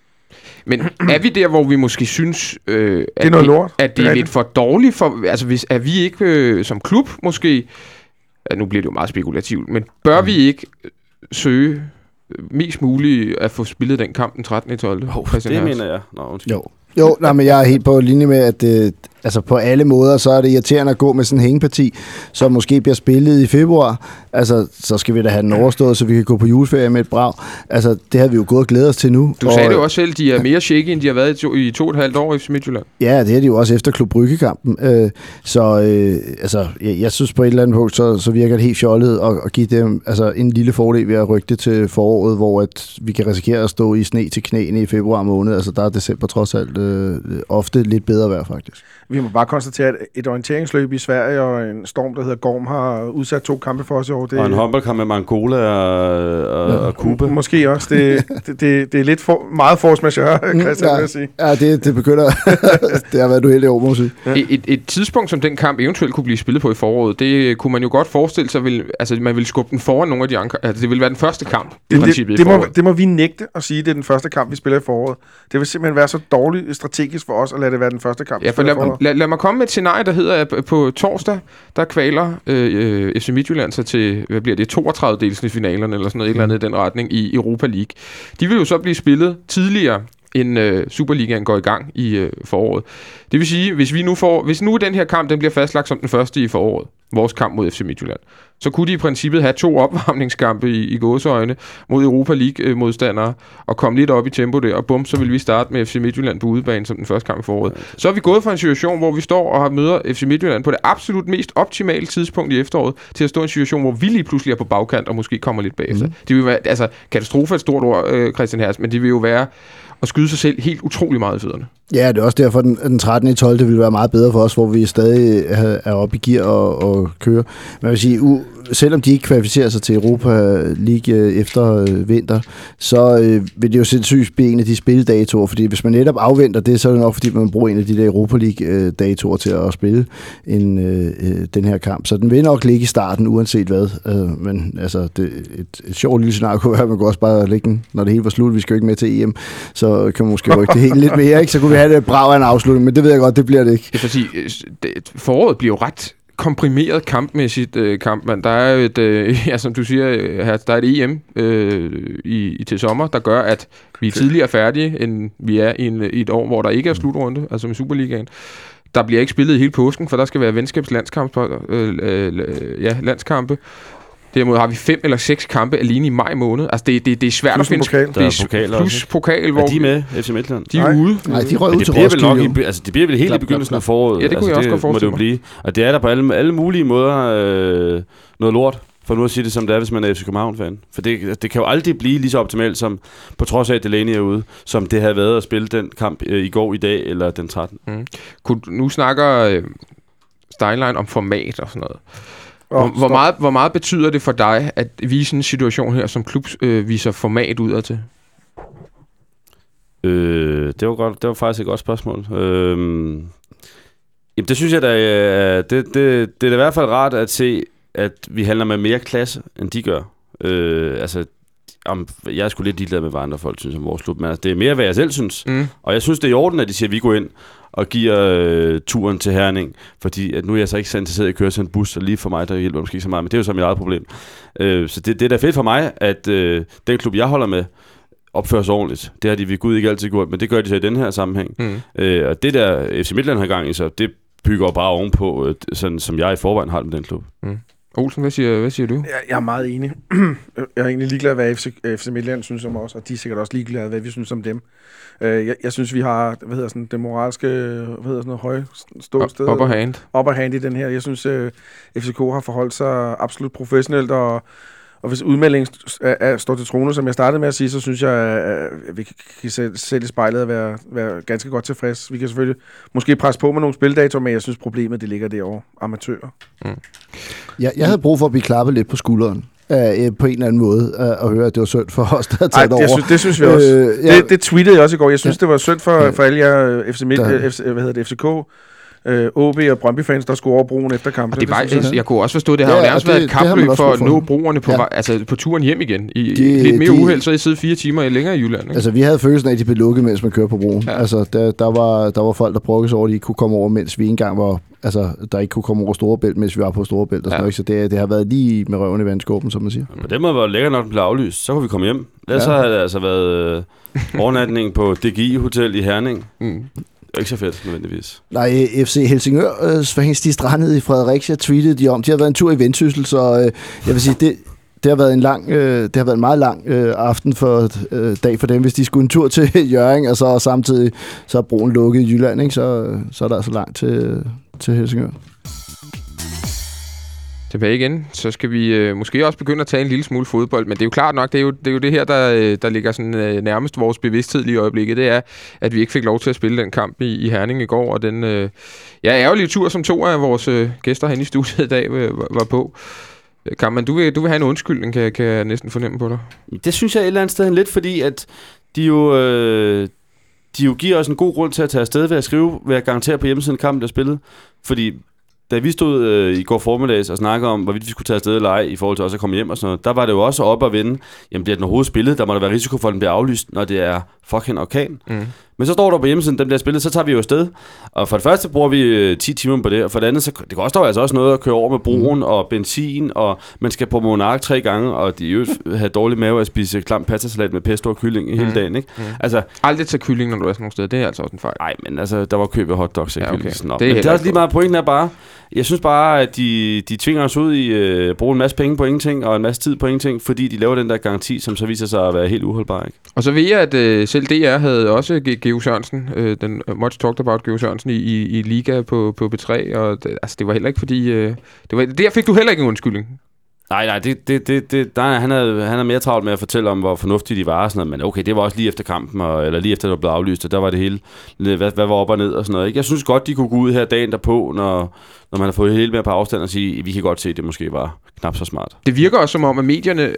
Men er vi der, hvor vi måske synes, øh, at det er noget lort. at det Det er er lidt rigtigt. for dårligt for... Altså, hvis, er vi ikke øh, som klub måske... Ja, nu bliver det jo meget spekulativt, men bør vi ikke øh, søge mest muligt at få spillet den kamp den trettende tolvte Oh, det mener jeg. Nå, undskyld. Jo. Jo, nej, men jeg er helt på linje med, at det, altså på alle måder, så er det irriterende at gå med sådan en hængeparti, som måske bliver spillet i februar. Altså, så skal vi da have den overstået, så vi kan gå på juleferie med et brag. Altså, det har vi jo gået og glædet os til nu. Du og, sagde det jo også selv, de er mere shaky, end de har været i to, i to og et halvt år i F C Midtjylland. Ja, det er de jo også efter Klub Brygge-kampen. Øh, så øh, altså, jeg, jeg synes på et eller andet punkt, så, så virker det helt fjollet at, at give dem altså, en lille fordel ved at rykke det til foråret, hvor at vi kan risikere at stå i sne til knæene i februar måned. Altså, der er december trods alt øh, ofte lidt bedre vejr, faktisk. Vi må bare konstatere, at et orienteringsløb i Sverige og en storm, der hedder Gorm, har udsat to kampe for os i år. Det, Og en håndboldkamp med Angola og, og, Ja. og Cuba. Måske også. Det, det, det, det er lidt for, meget force majeure, Christian, vil jeg sige. Ja, det, det begynder... det har været du heldig over, må jeg sige. Ja. Et, et tidspunkt, som den kamp eventuelt kunne blive spillet på i foråret, det kunne man jo godt forestille sig, vil, altså man ville skubbe den foran nogle af de andre. Altså, det ville være den første kamp, i Det, princippet, det, det, i må, foråret. det må vi nægte at sige, det er den første kamp, vi spiller i foråret. Det vil simpelthen være så dårligt strategisk for os at lade det være den første kamp, vi Ja, for spiller i lad, foråret. lad, lad mig komme med et scenarie, der hedder, at på torsdag, der kvaler øh, F C Midtjylland sig til, hvad bliver det, toogtredive-delsen i finalerne, eller sådan noget, et eller andet i den retning, i Europa League. De vil jo så blive spillet tidligere, end øh, Superligaen går i gang i øh, foråret. Det vil sige, hvis vi nu får, hvis nu den her kamp, den bliver fastlagt som den første i foråret, vores kamp mod F C Midtjylland, så kunne de i princippet have to opvarmningskampe i, i gåseøjne mod Europa League-modstandere, og komme lidt op i tempo der, og bum, så vil vi starte med F C Midtjylland på udebane som den første kamp i foråret. Så er vi gået fra en situation, hvor vi står og har møder F C Midtjylland på det absolut mest optimale tidspunkt i efteråret, til at stå i en situation, hvor vi lige pludselig er på bagkant, og måske kommer lidt bagefter. Mm. Det vil være, altså, katastrofe er et stort ord, øh, Christian Hertz, men det vil jo være at skyde sig selv helt utrolig meget i fødderne. Ja, det er også derfor, at den, den trettende tolvte vil være meget bedre for os, hvor vi stadig er, er oppe i gear og, og kører. Man vil sige, u, selvom de ikke kvalificerer sig til Europa League øh, efter øh, vinter, så øh, vil det jo sindssygt blive en af de spildatoer, fordi hvis man netop afventer det, så er det nok, fordi man bruger en af de der Europa League-datoer til at spille en, øh, den her kamp. Så den vil nok ligge i starten, uanset hvad. Øh, men altså, det, et, et sjovt lille scenarie kunne være, at man kunne også bare lægge den, når det hele var slut. Vi skal jo ikke med til E M, så kan man måske rykke det helt lidt mere, ikke? Så kunne vi have det brag af en afslutning, men det ved jeg godt, det bliver det ikke. Det er fordi, øh, det, foråret bliver jo ret komprimeret kampmæssigt øh, kampmand. Der er jo et, øh, ja, som du siger, øh, her, der er et E M øh, i, i til sommer, der gør, at vi er tidligere færdige, end vi er i, en, i et år, hvor der ikke er slutrunde, altså med Superligaen. Der bliver ikke spillet hele påsken, for der skal være venskabslandskampe, øh, øh, ja, landskampe. Derimod har vi fem eller seks kampe alene i maj måned. Altså, det, det, det er svært Plus at finde... pokal. Det Der er er pokal plus også. pokal, hvor Er de med, F C Midtjylland? de er Nej. ude. Nej, de røg Men ud det til bliver vel nok Roskilde. i, altså det bliver vel helt Klap, i begyndelsen klap, af foråret. Ja, det kunne altså, jeg også godt må det jo forestille blive. Og det er der på alle, alle mulige måder øh, noget lort, for nu at sige det som det er, hvis man er F C København-fan. For det, det kan jo aldrig blive lige så optimalt, som på trods af, at Delaney er ude, som det havde været at spille den kamp øh, i går, i dag eller den trettende Mm. Kunne, nu snakker øh, Steinlein om format og sådan noget. Hvor, Åh, hvor, stop. meget, hvor meget betyder det for dig, at vi i sådan en situation her som klub øh, viser format udad til? Øh, det var godt, det var faktisk et godt spørgsmål. Øh, jamen, det synes jeg da, øh, det, det, det er da i hvert fald rart at se, at vi handler med mere klasse, end de gør. Øh, altså, om, jeg er sgu lidt ligeglad med, hvad andre folk synes om vores klub, men altså, det er mere, hvad jeg selv synes. Mm. Og jeg synes, det er i orden, at de siger, at vi går ind og giver øh, turen til Herning, fordi at nu er jeg så ikke så interesseret i at køre til en bus, og lige for mig, der hjælper måske ikke så meget, men det er jo så mit eget problem. Øh, så det, det er da fedt for mig, at øh, den klub, jeg holder med, opfører sig ordentligt. Det har de ved Gud ikke altid gjort, men det gør de så i den her sammenhæng. Mm. Øh, og det der F C Midtjylland har gang i, så det bygger bare ovenpå, øh, sådan som jeg i forvejen har med den klub. Mm. Olsen, hvad siger, hvad siger du? Jeg, jeg er meget enig. Jeg er egentlig ligeglad, hvad F C, F C Midtjylland synes om os, og de er sikkert også ligeglade, hvad vi synes om dem. Jeg, jeg synes, vi har, hvad hedder sådan, det moralske, hvad hedder sådan noget, høje ståsted. Upper hand. Upper hand i den her. Jeg synes, F C K har forholdt sig absolut professionelt, og Og hvis udmeldingen st- er, står til trone, som jeg startede med at sige, så synes jeg, at vi kan selv i spejlet at være, være ganske godt tilfreds. Vi kan selvfølgelig måske presse på med nogle spildatorer, men jeg synes, problemet det ligger derovre. Amatører. Mm. Jeg, jeg havde brug for at blive klappet lidt på skulderen. Uh, på en eller anden måde uh, at høre, at det var synd for os, der havde taget Ej, over. Synes, det synes vi også. Øh, ja. det, det tweetede jeg også i går. Jeg synes, ja. det var synd for, ja. for alle jer F C Midt, Der. F C, hvad hedder det, F C K, øh, O B og Brøndby-fans, der skulle over broen efter kampen. Det var, det, jeg, jeg, jeg kunne også forstå, det har ja, jo nærmest været et kapløb for at nå broerne på, ja. vej, altså på turen hjem igen. I de, lidt mere de, uheld, så I sidder fire timer længere i Jylland. Ikke? Altså, vi havde følelsen af, at de blev lukket, mens man kører på broen. Ja. Altså, der, der, var, der var folk, der brokkede sig over, at de ikke kunne komme over, mens vi engang var... Altså, der ikke kunne komme over Storebælt, mens vi var på Storebælt og sådan ja. noget. Så det, det har været lige med røven i vandskåben, som man siger. På den måde var det lækkert nok, at den blev aflyst. Så kunne vi komme hjem. Ellers ja. så havde det altså været øh, overnatning på D G I-hotel i Herning. Mm. Det er ikke så fedt, nødvendigvis. Nej, F C Helsingør, øh, fans, de strandede i Fredericia, tweetede de om. De har været en tur i Vendsyssel, så øh, jeg vil sige, det... Det har været en lang, øh, det har været en meget lang øh, aften for øh, dag for dem, hvis de skulle en tur til Hjørring, og så og samtidig så er broen lukket i Jylland, ikke? Så, så er der altså langt til, til Helsingør. Tilbage igen, så skal vi øh, måske også begynde at tage en lille smule fodbold, men det er jo klart nok, det er jo det, er jo det her, der, der ligger sådan, øh, nærmest vores bevidsthed lige i øjeblikket, det er, at vi ikke fik lov til at spille den kamp i, i Herning i går, og den øh, ja, ærgerlige tur, som to af vores øh, gæster herinde i studiet i dag øh, var, var på. Kampen, du vil, du vil have en undskyldning, kan, kan jeg næsten fornemme på dig. Det synes jeg et eller andet sted lidt, fordi at de jo, øh, de jo giver os en god grund til at tage afsted ved at skrive, ved at garantere på hjemmesiden kampen, der spillet. Fordi da vi stod øh, i går formiddags og snakkede om, hvorvidt vi skulle tage afsted eller ej, i forhold til også at komme hjem og sådan noget, der var det jo også op at vende, jamen bliver den overhovedet spillet, der må der være risiko for, at den bliver aflyst, når det er fucking orkan. Mm. Men så står der på hjemmesiden, den bliver spillet, så tager vi jo afsted. Og for det første bruger vi øh, ti timer på det, og for det andet, så det koster altså også noget at køre over med broen mm. og benzin, og man skal på Monark tre gange, og de jo have dårlig mave at spise klam pastasalat med pesto og kylling mm. hele dagen, ikke? Mm. Altså, aldrig tage kylling, når du er sådan nogle steder, det er altså også en fejl. Nej, men altså, der var køb af hotdogs og ja, okay. kylling. Sådan det er men det er også lige meget, pointen er bare, jeg synes bare, at de, de tvinger os ud i at øh, bruge en masse penge på ingenting, og en masse tid på ingenting, fordi de laver den der garanti, som så viser sig at være helt uholdbar, ikke? Og så ved jeg, at øh, selv D R havde også Geo Sørensen, øh, den much talked about Geo Sørensen i, i, i Liga på, på B tre, og det, altså, det var heller ikke fordi... Øh, det var, der fik du heller ikke en undskyldning. Nej, nej, det, det, det, det, der, han, havde, han havde mere travlt med at fortælle om, hvor fornuftige de var og sådan noget, men okay, det var også lige efter kampen, og, eller lige efter, det var blevet aflyst, og der var det hele, hvad, hvad var op og ned og sådan noget. Ikke? Jeg synes godt, de kunne gå ud her dagen derpå, når, når man har fået helt mere på afstand og sige, vi kan godt se, at det måske var knap så smart. Det virker også som om, at medierne...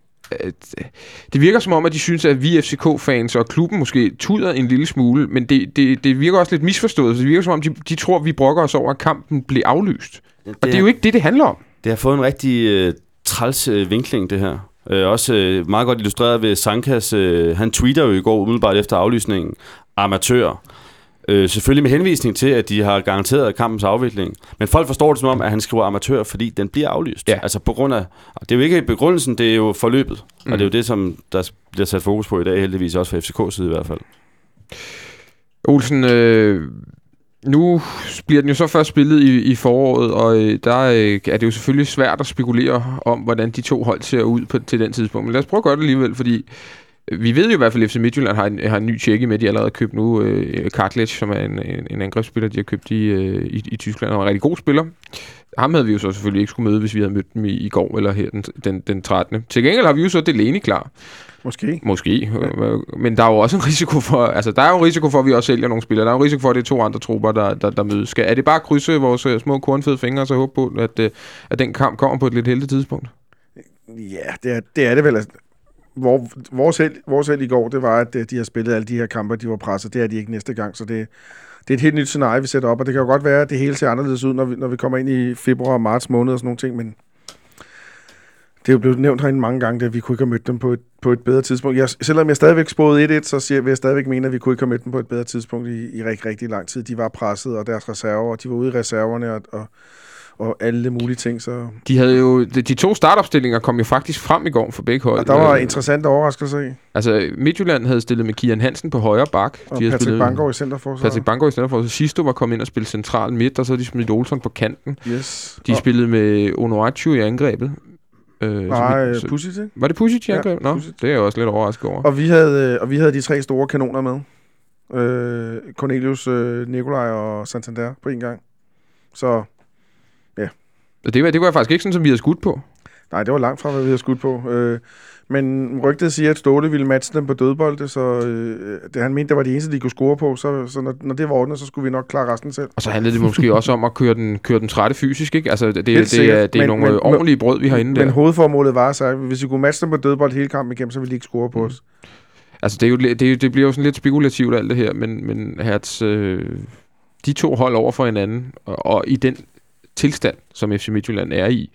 Det virker som om, at de synes, at vi F C K-fans og klubben måske tuder en lille smule, men det, det, det virker også lidt misforstået. Det virker som om, de, de tror, at vi brokker os over, at kampen blev aflyst. Det og det er jo ikke det, det handler om. Det har fået en rigtig øh, træls øh, vinkling, det her. Øh, også øh, meget godt illustreret ved Sankas. Øh, han tweeter jo i går umiddelbart efter aflysningen. Amatør. Øh, selvfølgelig med henvisning til, at de har garanteret kampens afvikling. Men folk forstår det som om, at han skriver amatør, fordi den bliver aflyst. Ja. Altså på grund af... Det er jo ikke begrundelsen, det er jo forløbet. Mm. Og det er jo det, som der bliver sat fokus på i dag, heldigvis også fra F C K's side i hvert fald. Olsen, øh, nu bliver den jo så først spillet i, i foråret, og øh, der øh, er det jo selvfølgelig svært at spekulere om, hvordan de to hold ser ud på, til den tidspunkt. Men lad os prøve at gøre det alligevel, fordi... Vi ved jo i hvert fald, at F C Midtjylland har en, har en ny tjekke med, de allerede har købt nu. Øh, Kartledge, som er en, en, en angrebsspiller, de har købt i, øh, i, i Tyskland, og er en rigtig god spiller. Ham havde vi jo så selvfølgelig ikke skulle møde, hvis vi havde mødt dem i, i går, eller her den, den, den trettende Til gengæld har vi jo så Delaney klar. Måske. Måske. Ja. Men der er jo også en risiko for, altså der er jo en risiko for, at vi også sælger nogle spillere. Der er jo en risiko for, at det er to andre trupper, der, der, der mødes. Skal, er det bare at krydse vores uh, små kornfede fingre, og så håbe på, at, uh, at den kamp kommer på et lidt heldigt tidspunkt? Ja, det er det, er det vel. Hvor, vores, held, vores held i går, det var, at de har spillet alle de her kampe, de var presset. Det er de ikke næste gang, så det, det er et helt nyt scenarie, vi sætter op, og det kan jo godt være, at det hele ser anderledes ud, når vi, når vi kommer ind i februar og marts måned og sådan nogle ting, men det er jo blevet nævnt herinde mange gange, at vi kunne ikke have mødt dem på et, på et bedre tidspunkt. Jeg, selvom jeg stadigvæk spåede et et, så siger, vil jeg stadigvæk mene, at vi kunne ikke have mødt dem på et bedre tidspunkt i, i rigtig, rigtig lang tid. De var presset, og deres reserver, og de var ude i reserverne, og, og og alle mulige ting. Så. De havde jo de, de to startopstillinger kom jo faktisk frem i går for begge hold. Og der var interessant overraskelse i. Altså Midtjylland havde stillet med Kian Hansen på højre bak. Og de Patrick Banggaard i centerforsvar. Patrick Banggaard i centerforsvar. Sisto var kommet ind og spille central midt, og så havde de smidt Olsson på kanten. Yes. De og spillede med Onuachu i angrebet. Øh, Nej, Pusic, ikke? Var det Pusic i angrebet? Ja, Nå, det er jeg også lidt overrasket over. Og vi havde, og vi havde de tre store kanoner med. Øh, Cornelius, øh, Nikolaj og Santander på en gang. Så, ja. Det var, det var faktisk ikke sådan, som vi havde skudt på. Nej, det var langt fra, hvad vi havde skudt på. Øh, men rygtet siger, at Ståle ville matche dem på dødbolde, så øh, det, han mente, det var det eneste, de kunne score på. Så, så når, når det var ordnet, så skulle vi nok klare resten selv. Og så handlede det måske også om at køre den, køre den trætte fysisk, ikke? Altså, det, det, det, det er, det er men, nogle men, ordentlige brød, vi har inde der. Men hovedformålet var, så hvis vi kunne matche dem på dødbold hele kampen igennem, så ville de ikke score på mm. os. Altså, det, er jo, det, det bliver jo sådan lidt spekulativt alt det her, men, men Hertz, øh, de to hold over for hinanden, og, og i den tilstand, som F C Midtjylland er i,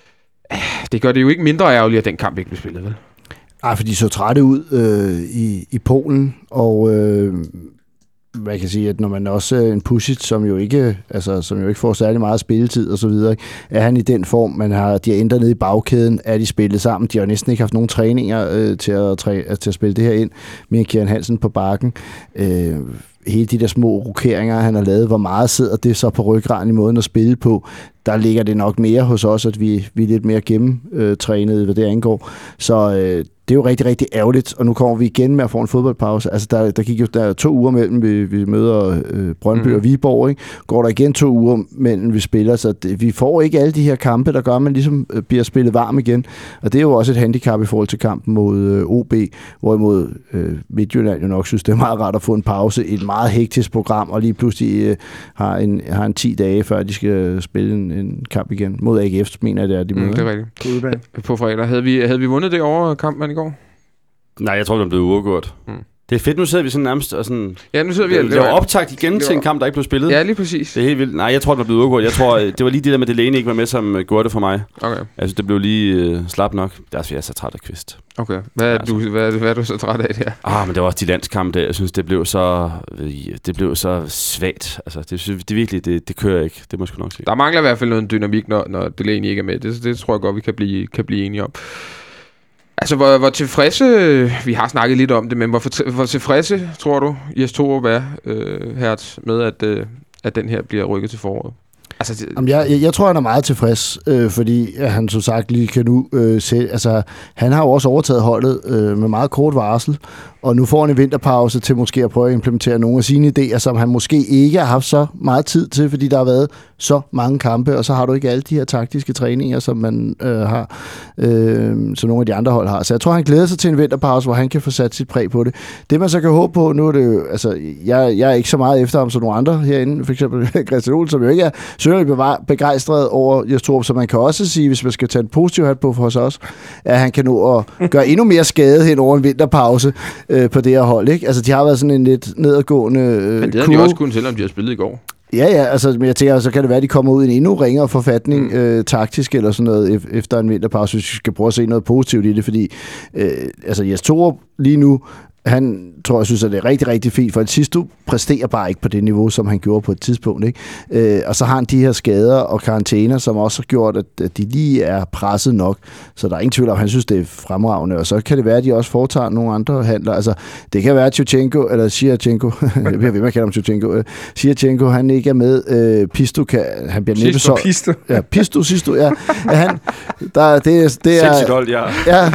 det gør det jo ikke mindre ærgerligt, at den kamp ikke blev spillet, vel? Nej, for de så trætte ud øh, i, i Polen, og øh, man kan sige, at når man også er en Pusic, som jo ikke, altså, som jo ikke får særlig meget spilletid og så videre, ikke? Er han i den form, man har, de har ændret ned i bagkæden, er de spillet sammen, de har næsten ikke haft nogen træninger øh, til, at træ, til at spille det her ind, med Kian Hansen på bakken. Øh, hele de der små rokeringer, han har lavet, hvor meget sidder det så på ryggraden i måden at spille på, der ligger det nok mere hos os, at vi, vi er lidt mere gennemtrænet, hvad det angår. Så øh, det er jo rigtig, rigtig ærgerligt, og nu kommer vi igen med at få en fodboldpause. Altså, der, der gik jo der to uger mellem, vi, vi møder øh, Brøndby mm. og Viborg, ikke? Går der igen to uger mellem, vi spiller, så det, vi får ikke alle de her kampe, der gør, at man ligesom øh, bliver spillet varm igen. Og det er jo også et handicap i forhold til kampen mod øh, O B, hvorimod øh, Midtjylland jo nok synes, det er meget rart at få en pause, et meget hektisk program, og lige pludselig øh, har, en, har en ti dage, før de skal spille en, en kamp igen. Mod A G F, mener jeg, det er de møder. Mm, det er rigtigt. På fredag. Havde vi, havde vi vundet det over kampen i går? Nej, jeg tror, det blev uafgjort. Mm. Det er fedt, nu sidder vi sådan nærmest og sådan... Ja, nu sidder vi... Det, det var optagt igen til en kamp, der ikke blev spillet. Ja, lige præcis. Det er helt vildt. Nej, jeg tror, det blev uafgjort. Jeg tror, det var lige det der med, det Delaney ikke var med, som gjorde det for mig. Okay. Altså, det blev lige uh, slap nok. Derfor er jeg så træt af Kvist. Okay. Hvad er, altså. du, hvad, hvad er du så træt af der? Ah, men det var også de landskampe der. Jeg synes, det blev så... Det blev så svagt. Altså, det, det virkelig, det, det kører ikke. Det må jeg sgu nok sige. Der mangler i hvert fald noget dynamik, når, når Delaney ikke er med. Det, det tror jeg godt, vi kan blive, kan blive enige om. Altså, hvor, hvor tilfredse, vi har snakket lidt om det, men hvor, for, hvor tilfredse, tror du, Jes Torup er, øh, Hertz, med, at, øh, at den her bliver rykket til foråret? Altså, det, Jamen, jeg, jeg, jeg tror, han er meget tilfreds, øh, fordi han som sagt lige kan nu øh, se, altså, han har jo også overtaget holdet øh, med meget kort varsel, og nu får han en vinterpause til måske at prøve at implementere nogle af sine idéer, som han måske ikke har haft så meget tid til, fordi der har været så mange kampe, og så har du ikke alle de her taktiske træninger, som man øh, har, øh, som nogle af de andre hold har. Så jeg tror, han glæder sig til en vinterpause, hvor han kan få sat sit præg på det. Det man så kan håbe på, nu er det jo, altså, jeg, jeg er ikke så meget efter ham som nogle andre herinde, for eksempel Christian Olsen, som jo ikke er sønderligt begejstret over Jes Torup, så man kan også sige, hvis man skal tage en positiv hat på for os også, at han kan nå at gøre endnu mere skade hen over en vinterpause øh, på det her hold, ikke? Altså, de har været sådan en lidt nedadgående øh, Men det havde de også kunnet, selvom de har spillet i går. Ja, ja, altså, men jeg tænker, så kan det være, at de kommer ud i en endnu ringere forfatning, mm. øh, taktisk eller sådan noget, e- efter en vinterpause, hvis vi skal prøve at se noget positivt i det, fordi øh, altså, Jes Torup lige nu, han tror, jeg synes, at det er rigtig, rigtig fint, for at sidst du præsterer bare ikke på det niveau, som han gjorde på et tidspunkt, ikke? Øh, og så har han de her skader og karantæner, som også har gjort, at, at de lige er presset nok, så der er ingen tvivl om, han synes, det er fremragende, og så kan det være, at de også foretager nogle andre handler, altså det kan være, at Tjutchenko, eller Siatchenko, jeg bliver ved med at kalde ham Tjutchenko, øh, Siatchenko, han ikke er med, øh, Pisto, kan, han bliver næppe så... Pisto. Ja, Pisto, Sisto, ja. ja han, der, det, er, det er... Sindssygt hold, ja. Ja,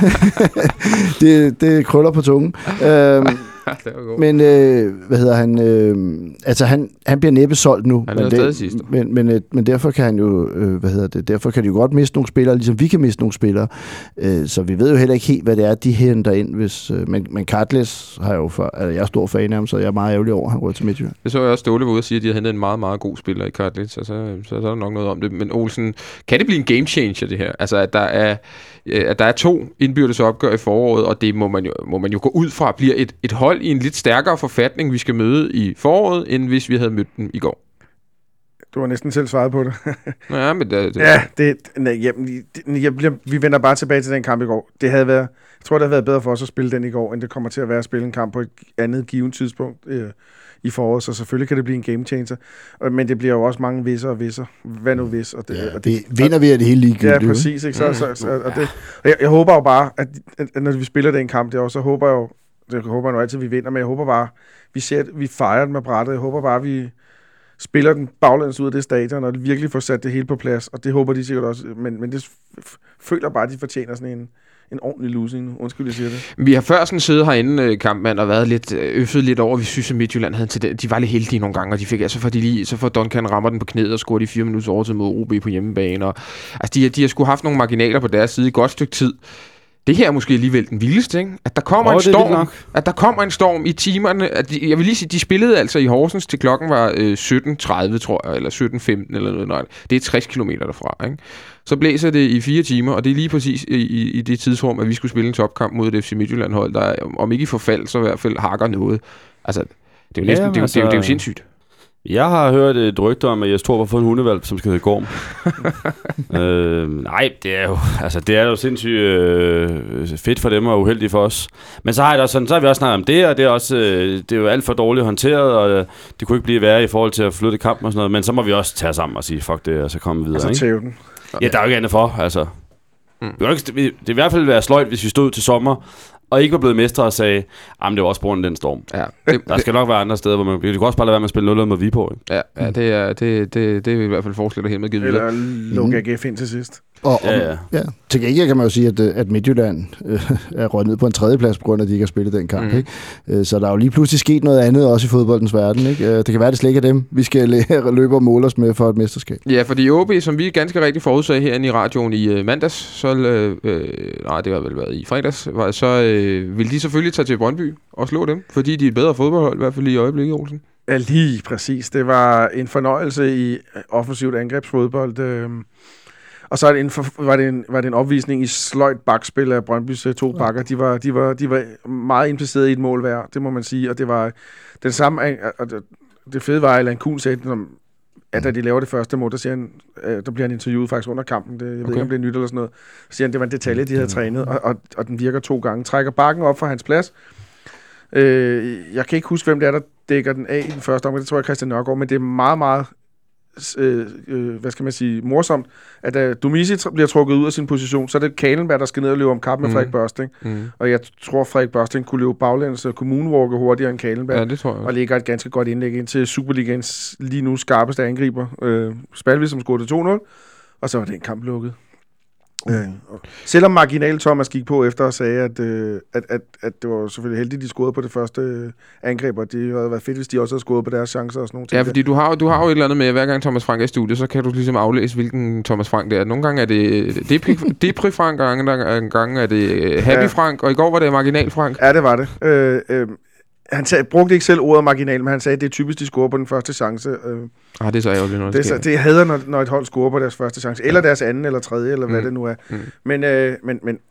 det, det krøller på tungen. Øhm, men øh, hvad hedder han? Øh, altså han han bliver næppe solgt nu. Han er stadig sidst. Men men øh, men derfor kan han jo øh, hvad hedder det? Derfor kan de jo godt miste nogle spillere, ligesom vi kan miste nogle spillere. Øh, så vi ved jo heller ikke helt, hvad det er, de henter ind, hvis øh, men men Cartles har jo for, altså jeg er stor fan af ham, så jeg er meget ærgerlig over, at han går til Midtjylland. Det så jeg også Ståle var ude og sige, at de har hentet en meget meget god spiller i Cartles, så, så så er der nok noget om det. Men Olsen, kan det blive en game changer det her? Altså at der er at der er to indbyrdes opgør i foråret, og det må man jo må man jo gå ud fra bliver et et hold i en lidt stærkere forfatning, vi skal møde i foråret, end hvis vi havde mødt dem i går. Du har næsten selv svaret på det. Ja, men det... det ja, det, nej, jamen, det, jeg bliver, vi vender bare tilbage til den kamp i går. Det havde været, jeg tror, det havde været bedre for os at spille den i går, end det kommer til at være at spille en kamp på et andet givet tidspunkt øh, i foråret. Så selvfølgelig kan det blive en game changer. Men det bliver jo også mange visser og visser. Hvad nu vis? Og det, Ja, og det, det vinder vi af det hele ligegyldigt. Ja, præcis. Ikke? Så, så, så, og det, og jeg, jeg håber jo bare, at, at når vi spiller den kamp der, så håber jeg jo, det håber jeg nu altid, at vi vinder, men jeg håber bare, vi ser, vi fejrer den med brættet. Jeg håber bare, at vi spiller den baglæns ud af det stadion, og virkelig får sat det hele på plads, og det håber de sikkert også, men, men det f- føler bare, at de fortjener sådan en, en ordentlig losing nu. Undskyld, jeg siger det. Vi har før sådan siddet herinde, kampmand, og været lidt øffet lidt over, vi synes, at Midtjylland havde til det. De var lidt heldige nogle gange, og de fik altså, for de lige, så får Duncan rammer den på knæet og scorer de fire minutter overtid mod O B på hjemmebane. Og, altså, de, de har sgu haft nogle marginaler på deres side i godt stykke tid. Det her er måske alligevel den vildeste, ikke? At der kommer oh, en storm, at der kommer en storm i timerne. At de, jeg vil lige sige, de spillede altså i Horsens til klokken var øh, sytten tredive, tror jeg, eller sytten femten eller noget. Nej, det er tres kilometer derfra, ikke? Så blæser det i fire timer, og det er lige præcis i, i, i det tidsrum, at vi skulle spille en topkamp mod et F C Midtjylland-hold, der om ikke i forfald, så i hvert fald hakker noget. Altså, det er jo næsten, ja, det, altså, det, er jo, det er jo sindssygt. Jeg har hørt et rygte om, at Jes Torp har fået en hundevalp, som skal hedde Gorm. øh, nej, det er jo, altså, det er jo sindssygt øh, fedt for dem og uheldigt for os. Men så har, jeg da sådan, så har vi også snakket om det, og det er, også, øh, det er jo alt for dårligt håndteret, og øh, det kunne ikke blive værre i forhold til at flytte kampen og sådan noget. Men så må vi også tage sammen og sige, fuck det, og så komme videre. Altså tæve den. Ja, der er jo ikke andet for, altså. Mm. Det vil i hvert fald være sløjt, hvis vi stod til sommer, og ikke var blevet mestre og sagde, at det var også på grund af den storm. Ja, det, der skal nok være andre steder, hvor man... Det kan også bare lade være med at spille nul med Viborg. Ja, ja, det er, det, det, det er i hvert fald forslag, der hermed givet videre. Eller lukke A G F ind til sidst. Og, og, ja, ja. ja. Til gengæld kan man jo sige, at, at Midtjylland øh, er røget ned på en tredjeplads, på grund af, at de ikke har spillet den kamp. Mm. Ikke? Øh, så der er jo lige pludselig sket noget andet, også i fodboldens verden. Ikke? Øh, det kan være, at det slet ikke er dem, vi skal løbe og måle os med for et mesterskab. Ja, fordi O B, som vi ganske rigtig forudsagde herinde i radioen i øh, mandags, så... Øh, øh, nej, det har vel været i fredags, var, så øh, vil de selvfølgelig tage til Brøndby og slå dem, fordi de er et bedre fodboldhold, i hvert fald i øjeblikket, Olsen. Ja, lige præcis. Det var en fornøjelse i offensivt angrebsfodbold. Øh, og så var det, en for, var, det en, var det en opvisning i sløjt bakspil af Brøndbys to bakker. De var, de, var, de var meget impliceret i et mål hver, det må man sige. Og det var den samme... Og det, det fede var, at Allan Kuhn sagde, at da de laver det første mål, der, siger han, øh, der bliver han interviewet faktisk under kampen. Det, jeg okay. ved ikke, om det er nyt eller sådan noget. Så siger han, det var en detalje, de havde trænet, og, og, og den virker to gange. Trækker bakken op fra hans plads. Øh, jeg kan ikke huske, hvem det er, der dækker den af i den første omgang. Det tror jeg, Christian Nørgaard. Men det er meget, meget øh, øh, hvad skal man sige, morsomt, at da Domisi tr- bliver trukket ud af sin position, så er det Kahlenberg, der skal ned og løbe om kamp med mm. Frederik Børsting. Mm. Og jeg tror, Frederik Børsting kunne løbe baglæns og kommunewalke hurtigere end Kahlenberg. Ja, det tror jeg. Og ligger et ganske godt indlæg ind til Superligaens lige nu skarpeste angriber. Øh, Spalvi, som scorede to nul. Og så var den kamp lukket. Mm. Øh, selvom marginal Thomas gik på efter og sagde, at, øh, at, at, at det var selvfølgelig heldigt, at de scorede på det første øh, angreb, og det havde været fedt, hvis de også havde scoret på deres chancer og sådan nogle ting. Ja, fordi du har, du har jo et eller andet med, at hver gang Thomas Frank er i studiet, så kan du ligesom aflæse, hvilken Thomas Frank det er. Nogle gange er det Depri Frank, og andre gange er det Happy ja. Frank, og i går var det Marginal Frank. Ja, det var det. Øh, øh, han sag, brugte ikke selv ordet marginal, men han sagde, at det er typisk, de scorer på den første chance. Øh, ah, det er så ærgerligt, når det, det sker. Det hader, når, når et hold scorer på deres første chance, eller deres anden, eller tredje, eller mm. hvad det nu er. Mm. Men, øh, men, men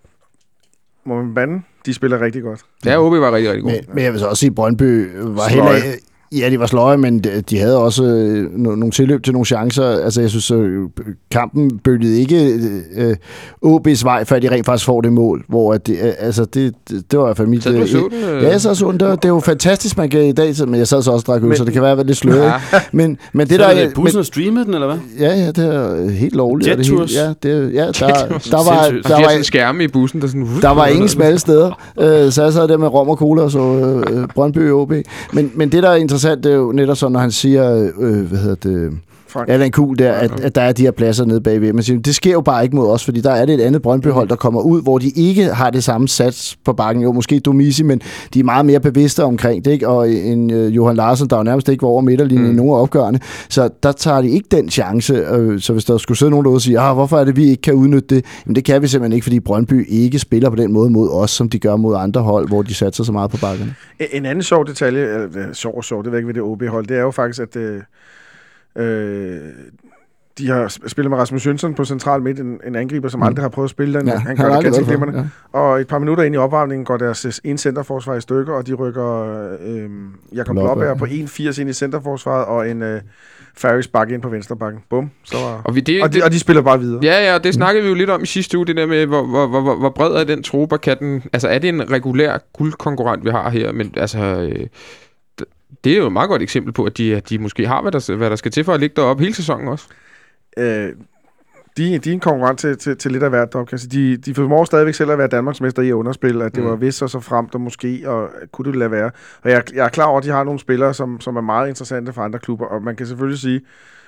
må man bande? De spiller rigtig godt. Ja, O B var rigtig, rigtig god. Men, men jeg vil så også sige, at Brøndby var heller ikke... Ja, de var sløje, men de, de havde også øh, no, nogle tilløb til nogle chancer. Altså, jeg synes, øh, kampen bølgede ikke øh, O B's vej, før de rent faktisk får det mål. Hvor at det, øh, altså, det, det, det var i hvert fald mit... Så du så den? Øh... Ja, jeg så så den. Det, var, det er jo fantastisk, man kan i dag, men jeg sad så også drak ud, så det kan være, at være lidt sløret. Ja. Men, men det så der... Så er det bussen og streamede den, eller hvad? Ja, ja, det er helt lovligt. Jettours? Ja, det, ja, der, der, der var... Der der var sådan en skærme i bussen, der sådan... Der var ingen smalle steder. Øh, så jeg sad der med rom og cola og så øh, Brøndby og O B. Men, men det, der er interessant, det er jo netop så, når han siger, øh, hvad hedder det, Allan Kuhl der, at, at der er de her pladser nede bagved. Men siger, det sker jo bare ikke mod os, fordi der er det et andet Brøndby-hold, der kommer ud, hvor de ikke har det samme sats på bakken. Jo, måske Domisi, men de er meget mere bevidste omkring det, ikke? Og en øh, Johan Larsen, der jo nærmest ikke var over midterlinjen mm. i nogle af opgørende. Så der tager de ikke den chance. Øh, så hvis der skulle sidde nogen derude og sige, ah, hvorfor er det, vi ikke kan udnytte det? Jamen det kan vi simpelthen ikke, fordi Brøndby ikke spiller på den måde mod os, som de gør mod andre hold, hvor de satser så meget på bakkerne. En anden sjov detalje, eller sjov og sjov, det ved ikke ved det O B-hold, det er jo faktisk, at øh, Øh, de har spillet med Rasmus Jønsson på central midt, en, en angriber, som mm. aldrig har prøvet at spille den. Ja, han gør det ganske glimrende. Ja. Og et par minutter ind i opvarmningen går deres en centerforsvar i stykker, og de rykker øh, Jakob Blåbær på en firs ind i centerforsvaret, og en øh, Ferris bakke ind på venstrebakken. Bum. Så var, og, vi, det, og, de, og de spiller bare videre. Ja, ja, det snakkede vi jo lidt om i sidste uge, det der med, hvor, hvor, hvor, hvor bred er den trup, og kan den, altså er det en regulær guldkonkurrent, vi har her, men altså... Øh, det er jo et meget godt eksempel på, at de, at de måske har, hvad der, hvad der skal til for at ligge deroppe hele sæsonen også. Øh, de, de er en konkurrent til, til, til lidt af hvert deroppe. De, de formår stadigvæk selv at være Danmarksmester i underspil, at det mm. var vist og så fremt og måske, og kunne det lade være. Og jeg, jeg er klar over, at de har nogle spillere, som, som er meget interessante for andre klubber, og man kan selvfølgelig sige,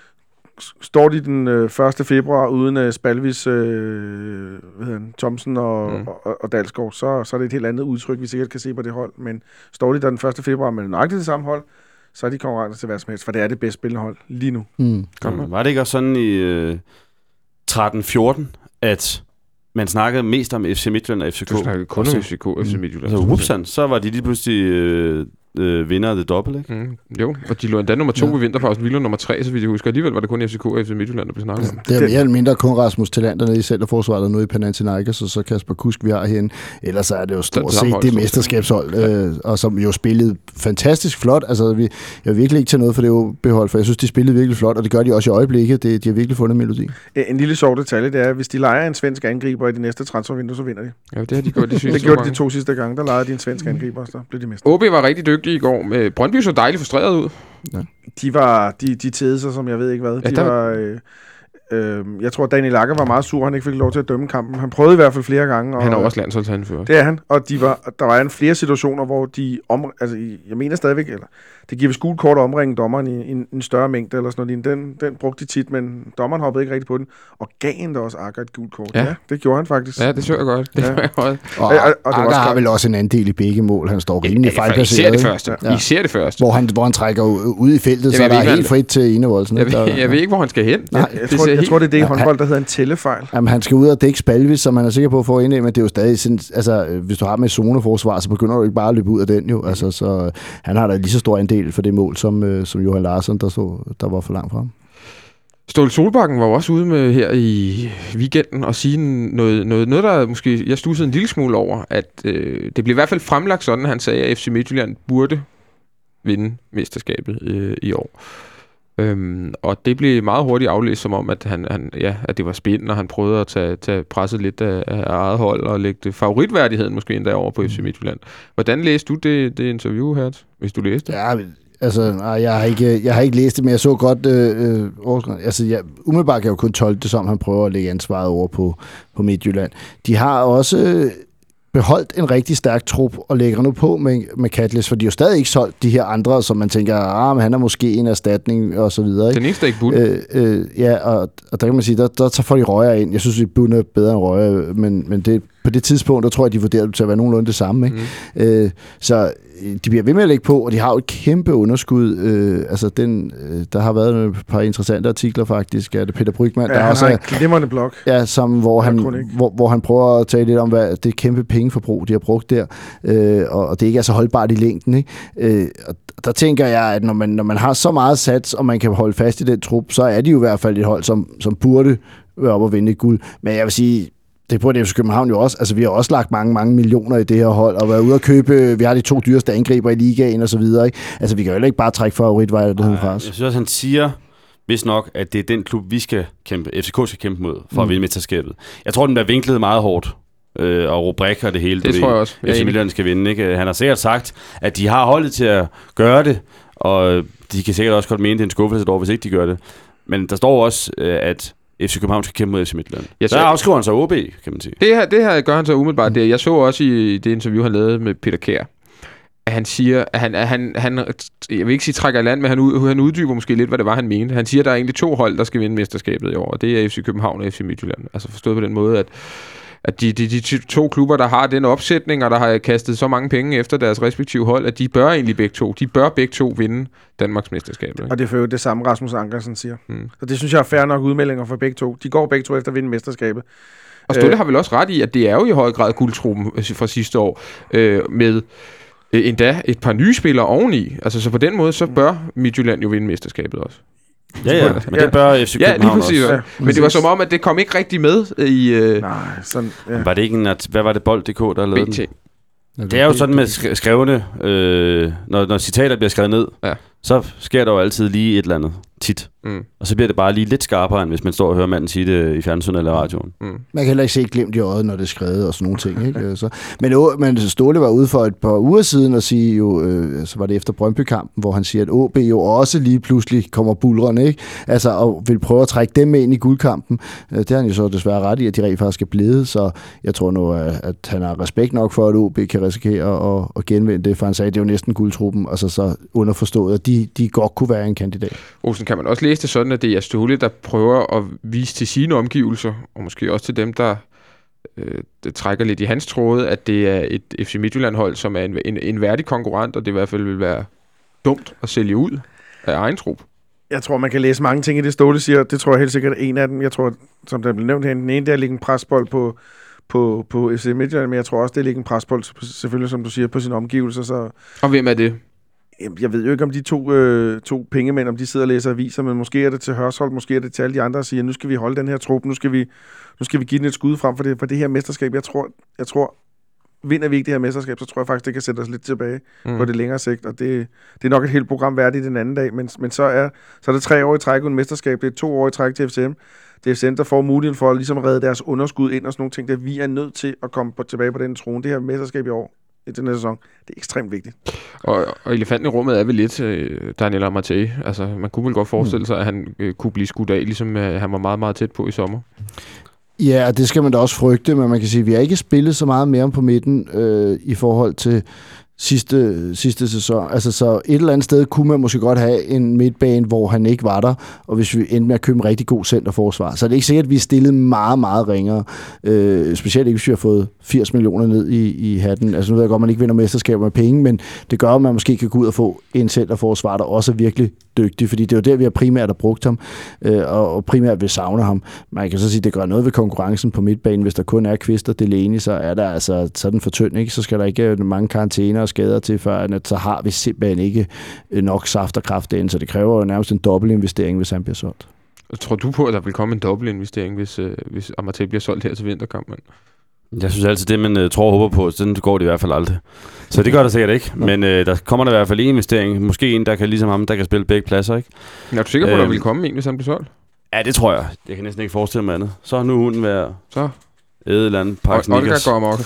står de den øh, første februar uden øh, Spalvis, øh, hvad hedder han, Thomsen og, mm. og, og, og Dalsgaard, så, så er det et helt andet udtryk, vi sikkert kan se på det hold. Men står de der den første februar med nøjagtigt det samme hold, så er de konkurrenter til hvad som helst, for det er det bedst spillende hold lige nu. Mm. Kom, var det ikke også sådan i øh, tretten fjorten, at man snakkede mest om F C Midtjylland og F C K? Du snakkede kun om F C K og F C Midtjylland. Altså, whoopsan, så var de lige pludselig... Øh, øh, vinder af det dobbelt, ikke? Mm, jo, og de lå endda nummer to ja. ved vinterpausen, vi lå nummer tre, så vidt jeg husker. Alligevel var det kun F C K og F C Midtjylland, der blev snakket om. Ja, det er mere eller mindre kun Rasmus Tillander nede i centerforsvaret og nu i Panathinaikos, og så Kasper Kusk, vi har herinde. Ellers så er det jo stort set det mesterskabshold, ja. øh, og som jo spillede fantastisk flot. Altså, vi, jeg vil virkelig ikke tage noget for det behold, for jeg synes, de spillede virkelig flot, og det gør de også i øjeblikket. Det, de har virkelig fundet melodi. En lille sjov detalje, det er, at hvis de leger en svensk angriber i de næste transfervindue, så vinder de. Ja, det har de gjort de sidste Det gjorde de to sidste gange, der legede de en svensk angriber, og så blev de mester. O B var rigtig dygtig i går. Med Brøndby så dejligt frustreret ud. Ja. De var, de, de tædede sig, som jeg ved ikke hvad. Ja, de der... var, øh, øh, jeg tror, at Daniel Akker var meget sur, han ikke fik lov til at dømme kampen. Han prøvede i hvert fald flere gange. Og, han er også landsholdsanfører. Det er han, og de var, der var en flere situationer, hvor de, om, altså jeg mener stadigvæk, eller det giver vist gult kort at omringe dommeren i en, en større mængde, eller sådan noget. Den, den brugte de tit, men dommeren hoppede ikke rigtig på den, og gav en der også Akker et gult kort. Ja. ja, det gjorde han faktisk. Ja, det så jeg godt. Det ja. jeg godt. Og, og, og, og Akker har vel også en andel i begge mål. Han står rimelig ja, fejlplaceret. I ser det første. Ja. I ser det første. Hvor han, hvor han trækker ud i feltet, jeg så der er helt frit til Enevoldsen. Jeg, jeg, jeg ved ikke, hvor han skal hen. Nej, jeg, jeg, tror, jeg helt... tror, det er det i håndbold, der hedder en tællefejl. Jamen, han skal ud og dække Spalvis, så man er sikker på at få ind, men det er jo stadig sådan, altså, hvis du har med zoneforsvar, så begynder du ikke bare at løbe ud af den jo. Altså, så han har da lige så stor andel for det mål, som, øh, som Johan Larsson, der, så, der var for langt frem. Ståle Solbakken var også ude med her i weekenden og sige noget, noget, noget der måske, jeg studsede en lille smule over, at øh, det blev i hvert fald fremlagt sådan, at han sagde, at F C Midtjylland burde vinde mesterskabet øh, i år. Øhm, og det blev meget hurtigt aflæst som om, at, han, han, ja, at det var spændende, og han prøvede at tage, tage presset lidt af, af eget hold og lægge favoritværdigheden måske endda over på F C Midtjylland. Hvordan læste du det, det interview her, hvis du læste det? Ja, altså, nej, jeg har ikke, jeg har ikke læst det, men jeg så godt øh, øh, altså, jeg, umiddelbart kan jeg jo kun tolke det som, han prøver at lægge ansvaret over på, på Midtjylland. De har også øh, beholdt en rigtig stærk trup og lægger nu på med, med Catless, for de har jo stadig ikke solgt de her andre, som man tænker, ah, men han er måske en erstatning og så videre. Ikke? Den eneste er ikke Bund. Øh, øh, ja, og, og der kan man sige, der, der tager folk Røger ind. Jeg synes, at Bund er bedre end Røger, men, men det, på det tidspunkt, der tror jeg, de vurderer det til at være nogenlunde det samme. Ikke? Mm. Øh, så de bliver ved med at lægge på, og de har jo et kæmpe underskud. Øh, altså den, øh, der har været et par interessante artikler faktisk. Er det Peter Brygman? Ja, der han også har en glimrende blog. Ja, som, hvor, han, hvor, hvor han prøver at tale lidt om, hvad det kæmpe pengeforbrug, de har brugt der, øh, og, og det ikke er så holdbart i længden. Ikke? Øh, og der tænker jeg, at når man, når man har så meget sats, og man kan holde fast i den trup, så er de jo i hvert fald et hold, som, som burde være op og vinde et guld. Men jeg vil sige, det burde F C København jo også. Altså, vi har også lagt mange, mange millioner i det her hold, og været ude at købe, vi har de to dyreste angriber i ligaen og så videre, ikke? Altså, vi kan jo heller ikke bare trække favoritvejligheden fra os. Jeg synes også, han siger, hvis nok, at det er den klub, vi skal kæmpe, F C K skal kæmpe mod, for mm. at vinde mesterskabet. Jeg tror, den bliver vinklet meget hårdt, øh, og rubrikker og det hele. Det tror jeg også. F C Midtjylland skal vinde, ikke? Han har sikkert sagt, at de har holdet til at gøre det, og de kan sikkert også godt mene, det er en skuffelse et år, hvis ikke de gør det. Men der står også, at F C København skal kæmpe mod F C Midtjylland. Ja, så der afskriver han sig O B, kan man sige. Det her, det her gør han så umiddelbart. Det. Jeg så også i det interview, han lavede med Peter Kjær, at han siger, at han, han, han jeg vil ikke sige trækker i land, men han, ud, han uddyber måske lidt, hvad det var, han mente. Han siger, at der er egentlig to hold, der skal vinde mesterskabet i år, og det er F C København og F C Midtjylland. Altså forstået på den måde, at at de, de, de to klubber, der har den opsætning, og der har kastet så mange penge efter deres respektive hold, at de bør egentlig begge to. De bør begge to vinde Danmarks mesterskab. Ikke? Og det er jo det samme, Rasmus Ankersen siger. Hmm. Så det synes jeg er fair nok udmeldinger for begge to. De går begge to efter at vinde mesterskabet. Og Ståle øh. har vel også ret i, at det er jo i høj grad guldtruppen fra sidste år, øh, med øh, endda et par nye spillere oveni. Altså så på den måde, så bør Midtjylland jo vinde mesterskabet også. Ja, ja, men det bør F C København ja, lige præcis, også. Ja, men det var som om, at det kom ikke rigtig med i... Øh, Nej, sådan... Ja. Var det ikke en... Hvad var det, Bold punktum d k, der lavede B T. den? Det er jo sådan med sk- skrevne, øh, når, når citater bliver skrevet ned, ja. så sker der jo altid lige et eller andet, tit. Mm. Og så bliver det bare lige lidt skarpere, end hvis man står og hører manden sige det i fjernsynet eller radioen. Mm. Man kan heller ikke se glimt i øjet, når det er skrevet og sådan nogle ting. Ikke? Så, men, men Ståle var ude for et par uger siden og sige jo, øh, så var det efter Brøndby-kampen, hvor han siger, at O B jo også lige pludselig kommer bulrende, ikke? Altså, og vil prøve at trække dem med ind i guldkampen. Det har han jo så desværre ret i, at de rent faktisk er blevet, så jeg tror nu, at han har respekt nok for, at O B kan risikere at, at genvinde det, for han sagde, at det er jo næsten guldtruppen, altså så underforstået, at de, de godt kunne være en kandidat. Olsen, kan man også læse det sådan, at det er Ståle, der prøver at vise til sine omgivelser, og måske også til dem, der, øh, der trækker lidt i hans tråde, at det er et F C Midtjylland-hold, som er en, en, en værdig konkurrent, og det i hvert fald vil være dumt at sælge ud af egen trup. Jeg tror, man kan læse mange ting i det, Ståle siger. Det tror jeg helt sikkert er en af dem. Jeg tror, som der blev nævnt her, den ene der ligger en presbold på, på, på F C Midtjylland, men jeg tror også, det ligger en presbold, selvfølgelig som du siger, på sine omgivelser. Så og hvem er det? Jeg ved jo ikke, om de to, øh, to pengemænd, om de sidder og læser aviser, men måske er det til Hørsholm, måske er det til alle de andre, og siger, nu skal vi holde den her trup, nu skal vi, nu skal vi give den et skud frem for det, for det her mesterskab. Jeg tror, jeg tror, vinder vi ikke det her mesterskab, så tror jeg faktisk, det kan sætte os lidt tilbage mm. på det længere sigt, og det, det er nok et helt program værdigt den anden dag, men, men så, er, så er det tre år i træk uden mesterskab, det er to år i træk til F C M. Det er F C M, der får muligheden for at ligesom redde deres underskud ind og sådan nogle ting, der vi er nødt til at komme på, tilbage på den trone. Det her mesterskab i år, i den her sæson, det er ekstremt vigtigt. Og, og elefanten i rummet er vel lidt øh, Daniel Amartey. Altså, man kunne vel godt forestille sig, at han øh, kunne blive skudt af, ligesom øh, han var meget, meget tæt på i sommer. Ja, og det skal man da også frygte, men man kan sige, at vi har ikke spillet så meget mere på midten øh, i forhold til sidste, sidste sæson. Altså, så et eller andet sted kunne man måske godt have en midtbane, hvor han ikke var der, og hvis vi endte med at købe en rigtig god centerforsvar. Så det er ikke sikkert, at vi er stillet meget, meget ringere. Øh, specielt ikke, hvis vi har fået firs millioner ned i, i hatten. Altså, nu ved jeg godt, at man ikke vinder mesterskaber med penge, men det gør, at man måske kan gå ud og få en centerforsvar, der også er virkelig dygtig, fordi det er jo der, vi har primært har brugt ham, øh, og, og primært vil savne ham. Man kan så sige, at det gør noget ved konkurrencen på midtbanen. Hvis der kun er Kvist og Delaney, så er der altså sådan for tynd, ikke? Så skal der ikke mange karantæner og skader til, før at så har vi simpelthen ikke nok saft og kraft derinde, så det kræver jo nærmest en dobbeltinvestering, hvis han bliver solgt. Tror du på, at der vil komme en dobbeltinvestering, hvis, øh, hvis Amartey bliver solgt her til vinterkampen? Jeg synes altid, det man øh, tror og håber på, sådan går det i hvert fald aldrig. Så det gør der sikkert ikke, men øh, der kommer der i hvert fald en investering. Måske en, der kan ligesom ham, der kan spille begge pladser, ikke? Men er du sikker på, at der vil komme en, hvis han bliver solgt? Ja, det tror jeg. Jeg kan næsten ikke forestille mig andet. Så nu hunden være så æde eller andet pakke snickers. Olga går amok.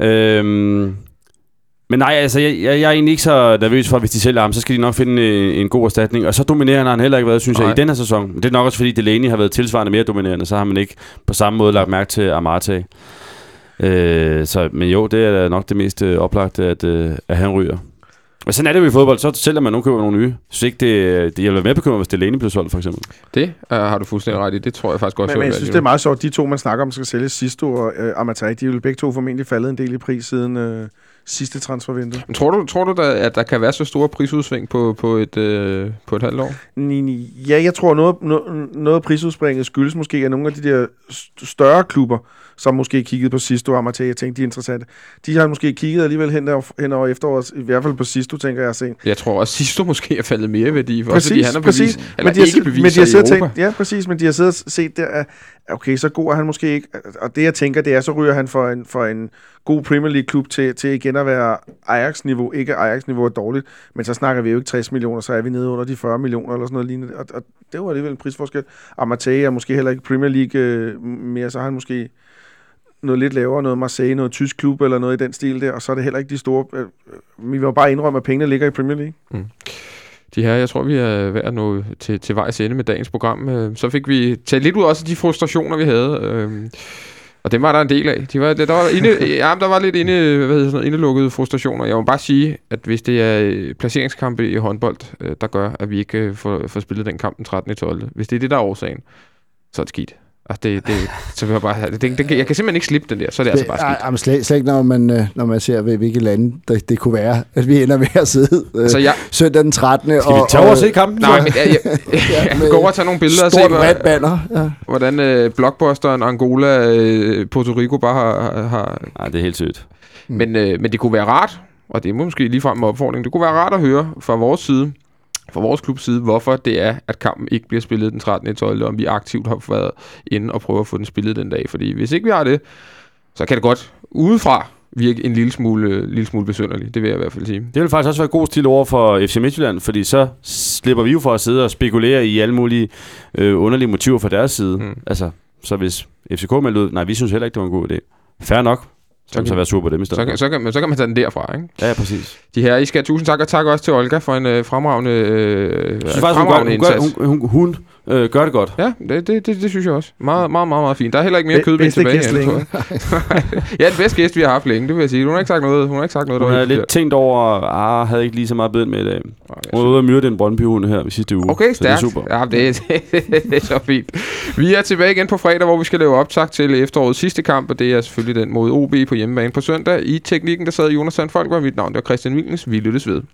Øhm, men nej, altså, jeg, jeg, jeg er egentlig ikke så nervøs for, at hvis de sælger ham, så skal de nok finde en, en god erstatning. Og så dominerende har han heller ikke været, synes nej. jeg, i den her sæson. Det er nok også, fordi Delaney har været tilsvarende mere dominerende, så har man ikke på samme måde lagt mærke til Amartey. Øh, så, men jo, det er nok det mest øh, oplagte, at, øh, at han ryger. Og sådan er det jo i fodbold, så sælger man nogle køber nogle nye. Så ikke det, det jeg vil være mere bekymret, hvis Delaney bliver solgt, for eksempel. Det uh, har du fuldstændig ret i. Det tror jeg faktisk godt. Men, men jeg synes, det er meget sjovt. De to, man snakker om, skal sælges sidste år, og uh, Amartey, de er jo begge to formentlig faldet en del i pris siden uh, sidste transfervindue. Men tror du, tror du der, at der kan være så store prisudsving på, på, et, uh, på et halvt år? Ja, jeg tror, noget, noget, noget af prisudspringet skyldes måske af nogle af de der større klubber, som måske kiggede på Sisto og Amartey. Jeg tænkte, de er interessante. De har måske kigget alligevel hen, der, hen over efteråret, i hvert fald på Sisto, tænker jeg. Sen. Jeg tror også, Sisto måske er faldet mere værdi, for præcis, også, fordi han har bevis, præcis. eller men de har, ikke beviser men de har i siddet Europa. Tænkt, ja, præcis, men de har siddet og set der, at okay, så god er han måske ikke. Og det, jeg tænker, det er, så ryger han for en, for en god Premier League-klub til, til igen at være Ajax-niveau. Ikke Ajax-niveau er dårligt, men så snakker vi jo ikke tres millioner, så er vi nede under de fyrre millioner eller sådan noget lignende. Og, og det var alligevel en prisforskel. Amartey er måske heller ikke Premier League øh, mere, så har han måske noget lidt lavere, noget Marseille, noget tysk klub eller noget i den stil der, og så er det heller ikke de store. Øh, vi vil bare indrømme, at pengene ligger i Premier League. Mm. De her, jeg tror, vi er ved at nå til, til vejs ende med dagens program. Så fik vi taget lidt ud også af de frustrationer, vi havde. Og dem var der en del af. De var, der, var inde, ja, der var lidt inde, hvad hedder sådan noget, indelukkede frustrationer. Jeg må bare sige, at hvis det er placeringskampe i håndbold, der gør, at vi ikke får, får spillet den kamp den trettende tolvte Hvis det er det, der er årsagen, så er det skidt. Altså det, det, så vil jeg, bare, det, det, jeg kan simpelthen ikke slippe den der, så er det, det altså bare skidt. Jamen slet, slet ikke, når man, når man ser, hvilke lande det, det kunne være, at vi ender med at sidde altså, jeg, søndag den trettende Skal vi tage over og se kampen? Nej, men jeg, jeg, jeg, jeg kan gå over og tage nogle billeder og se, hvor, banner, ja. hvordan øh, blockbusteren Angola, øh, Puerto Rico bare har... har Nej, det er helt sødt. Men, øh, men det kunne være rart, og det er måske ligefrem med opfordring, det kunne være rart at høre fra vores side, fra vores klubs side, hvorfor det er, at kampen ikke bliver spillet den trettende tolvte om vi aktivt har været inde og prøve at få den spillet den dag. Fordi hvis ikke vi har det, så kan det godt udefra virke en lille smule, lille smule besynderligt. Det vil jeg i hvert fald sige. Det vil faktisk også være god stil over for F C Midtjylland, fordi så slipper vi jo for at sidde og spekulere i alle mulige øh, underlige motiver fra deres side. Mm. Altså, så hvis F C K melder ud, nej, vi synes heller ikke, det var en god idé. Fair nok. Så kan man så være super dem i stedet. Så kan, så, kan, så kan man tage den derfra, ikke? Ja, præcis. De her, I skal have tusind tak, og tak også til Olga for en øh, fremragende, øh, synes faktisk, fremragende hun gør, indsats. Hun, hun, hun øh, gør det godt. Ja, det, det, det, det synes jeg også. Meget, meget, meget, meget fint. Der er heller ikke mere kødvind tilbage. Bedste gæst længe. Ja, den bedste gæst, vi har haft længe, det vil jeg sige. Hun har ikke sagt noget. Hun har ikke sagt noget. Hun der har lidt tænkt over, ah, havde ikke lige så meget bedt med i dag. Hun var ude og myrde en Brøndby-hund her i sidste uge. Okay, stærkt. Det er super. Ja, det, det, det er så fint. Vi er tilbage igen på fredag, hvor vi skal lave optakt til efterårets sidste kamp, og det er selvfølgelig den mod O B på hjemmebane på søndag. I teknikken, der sad Jonas Sandfolk, var mit navn, det var Christian Wilkens. Vi lyttes ved.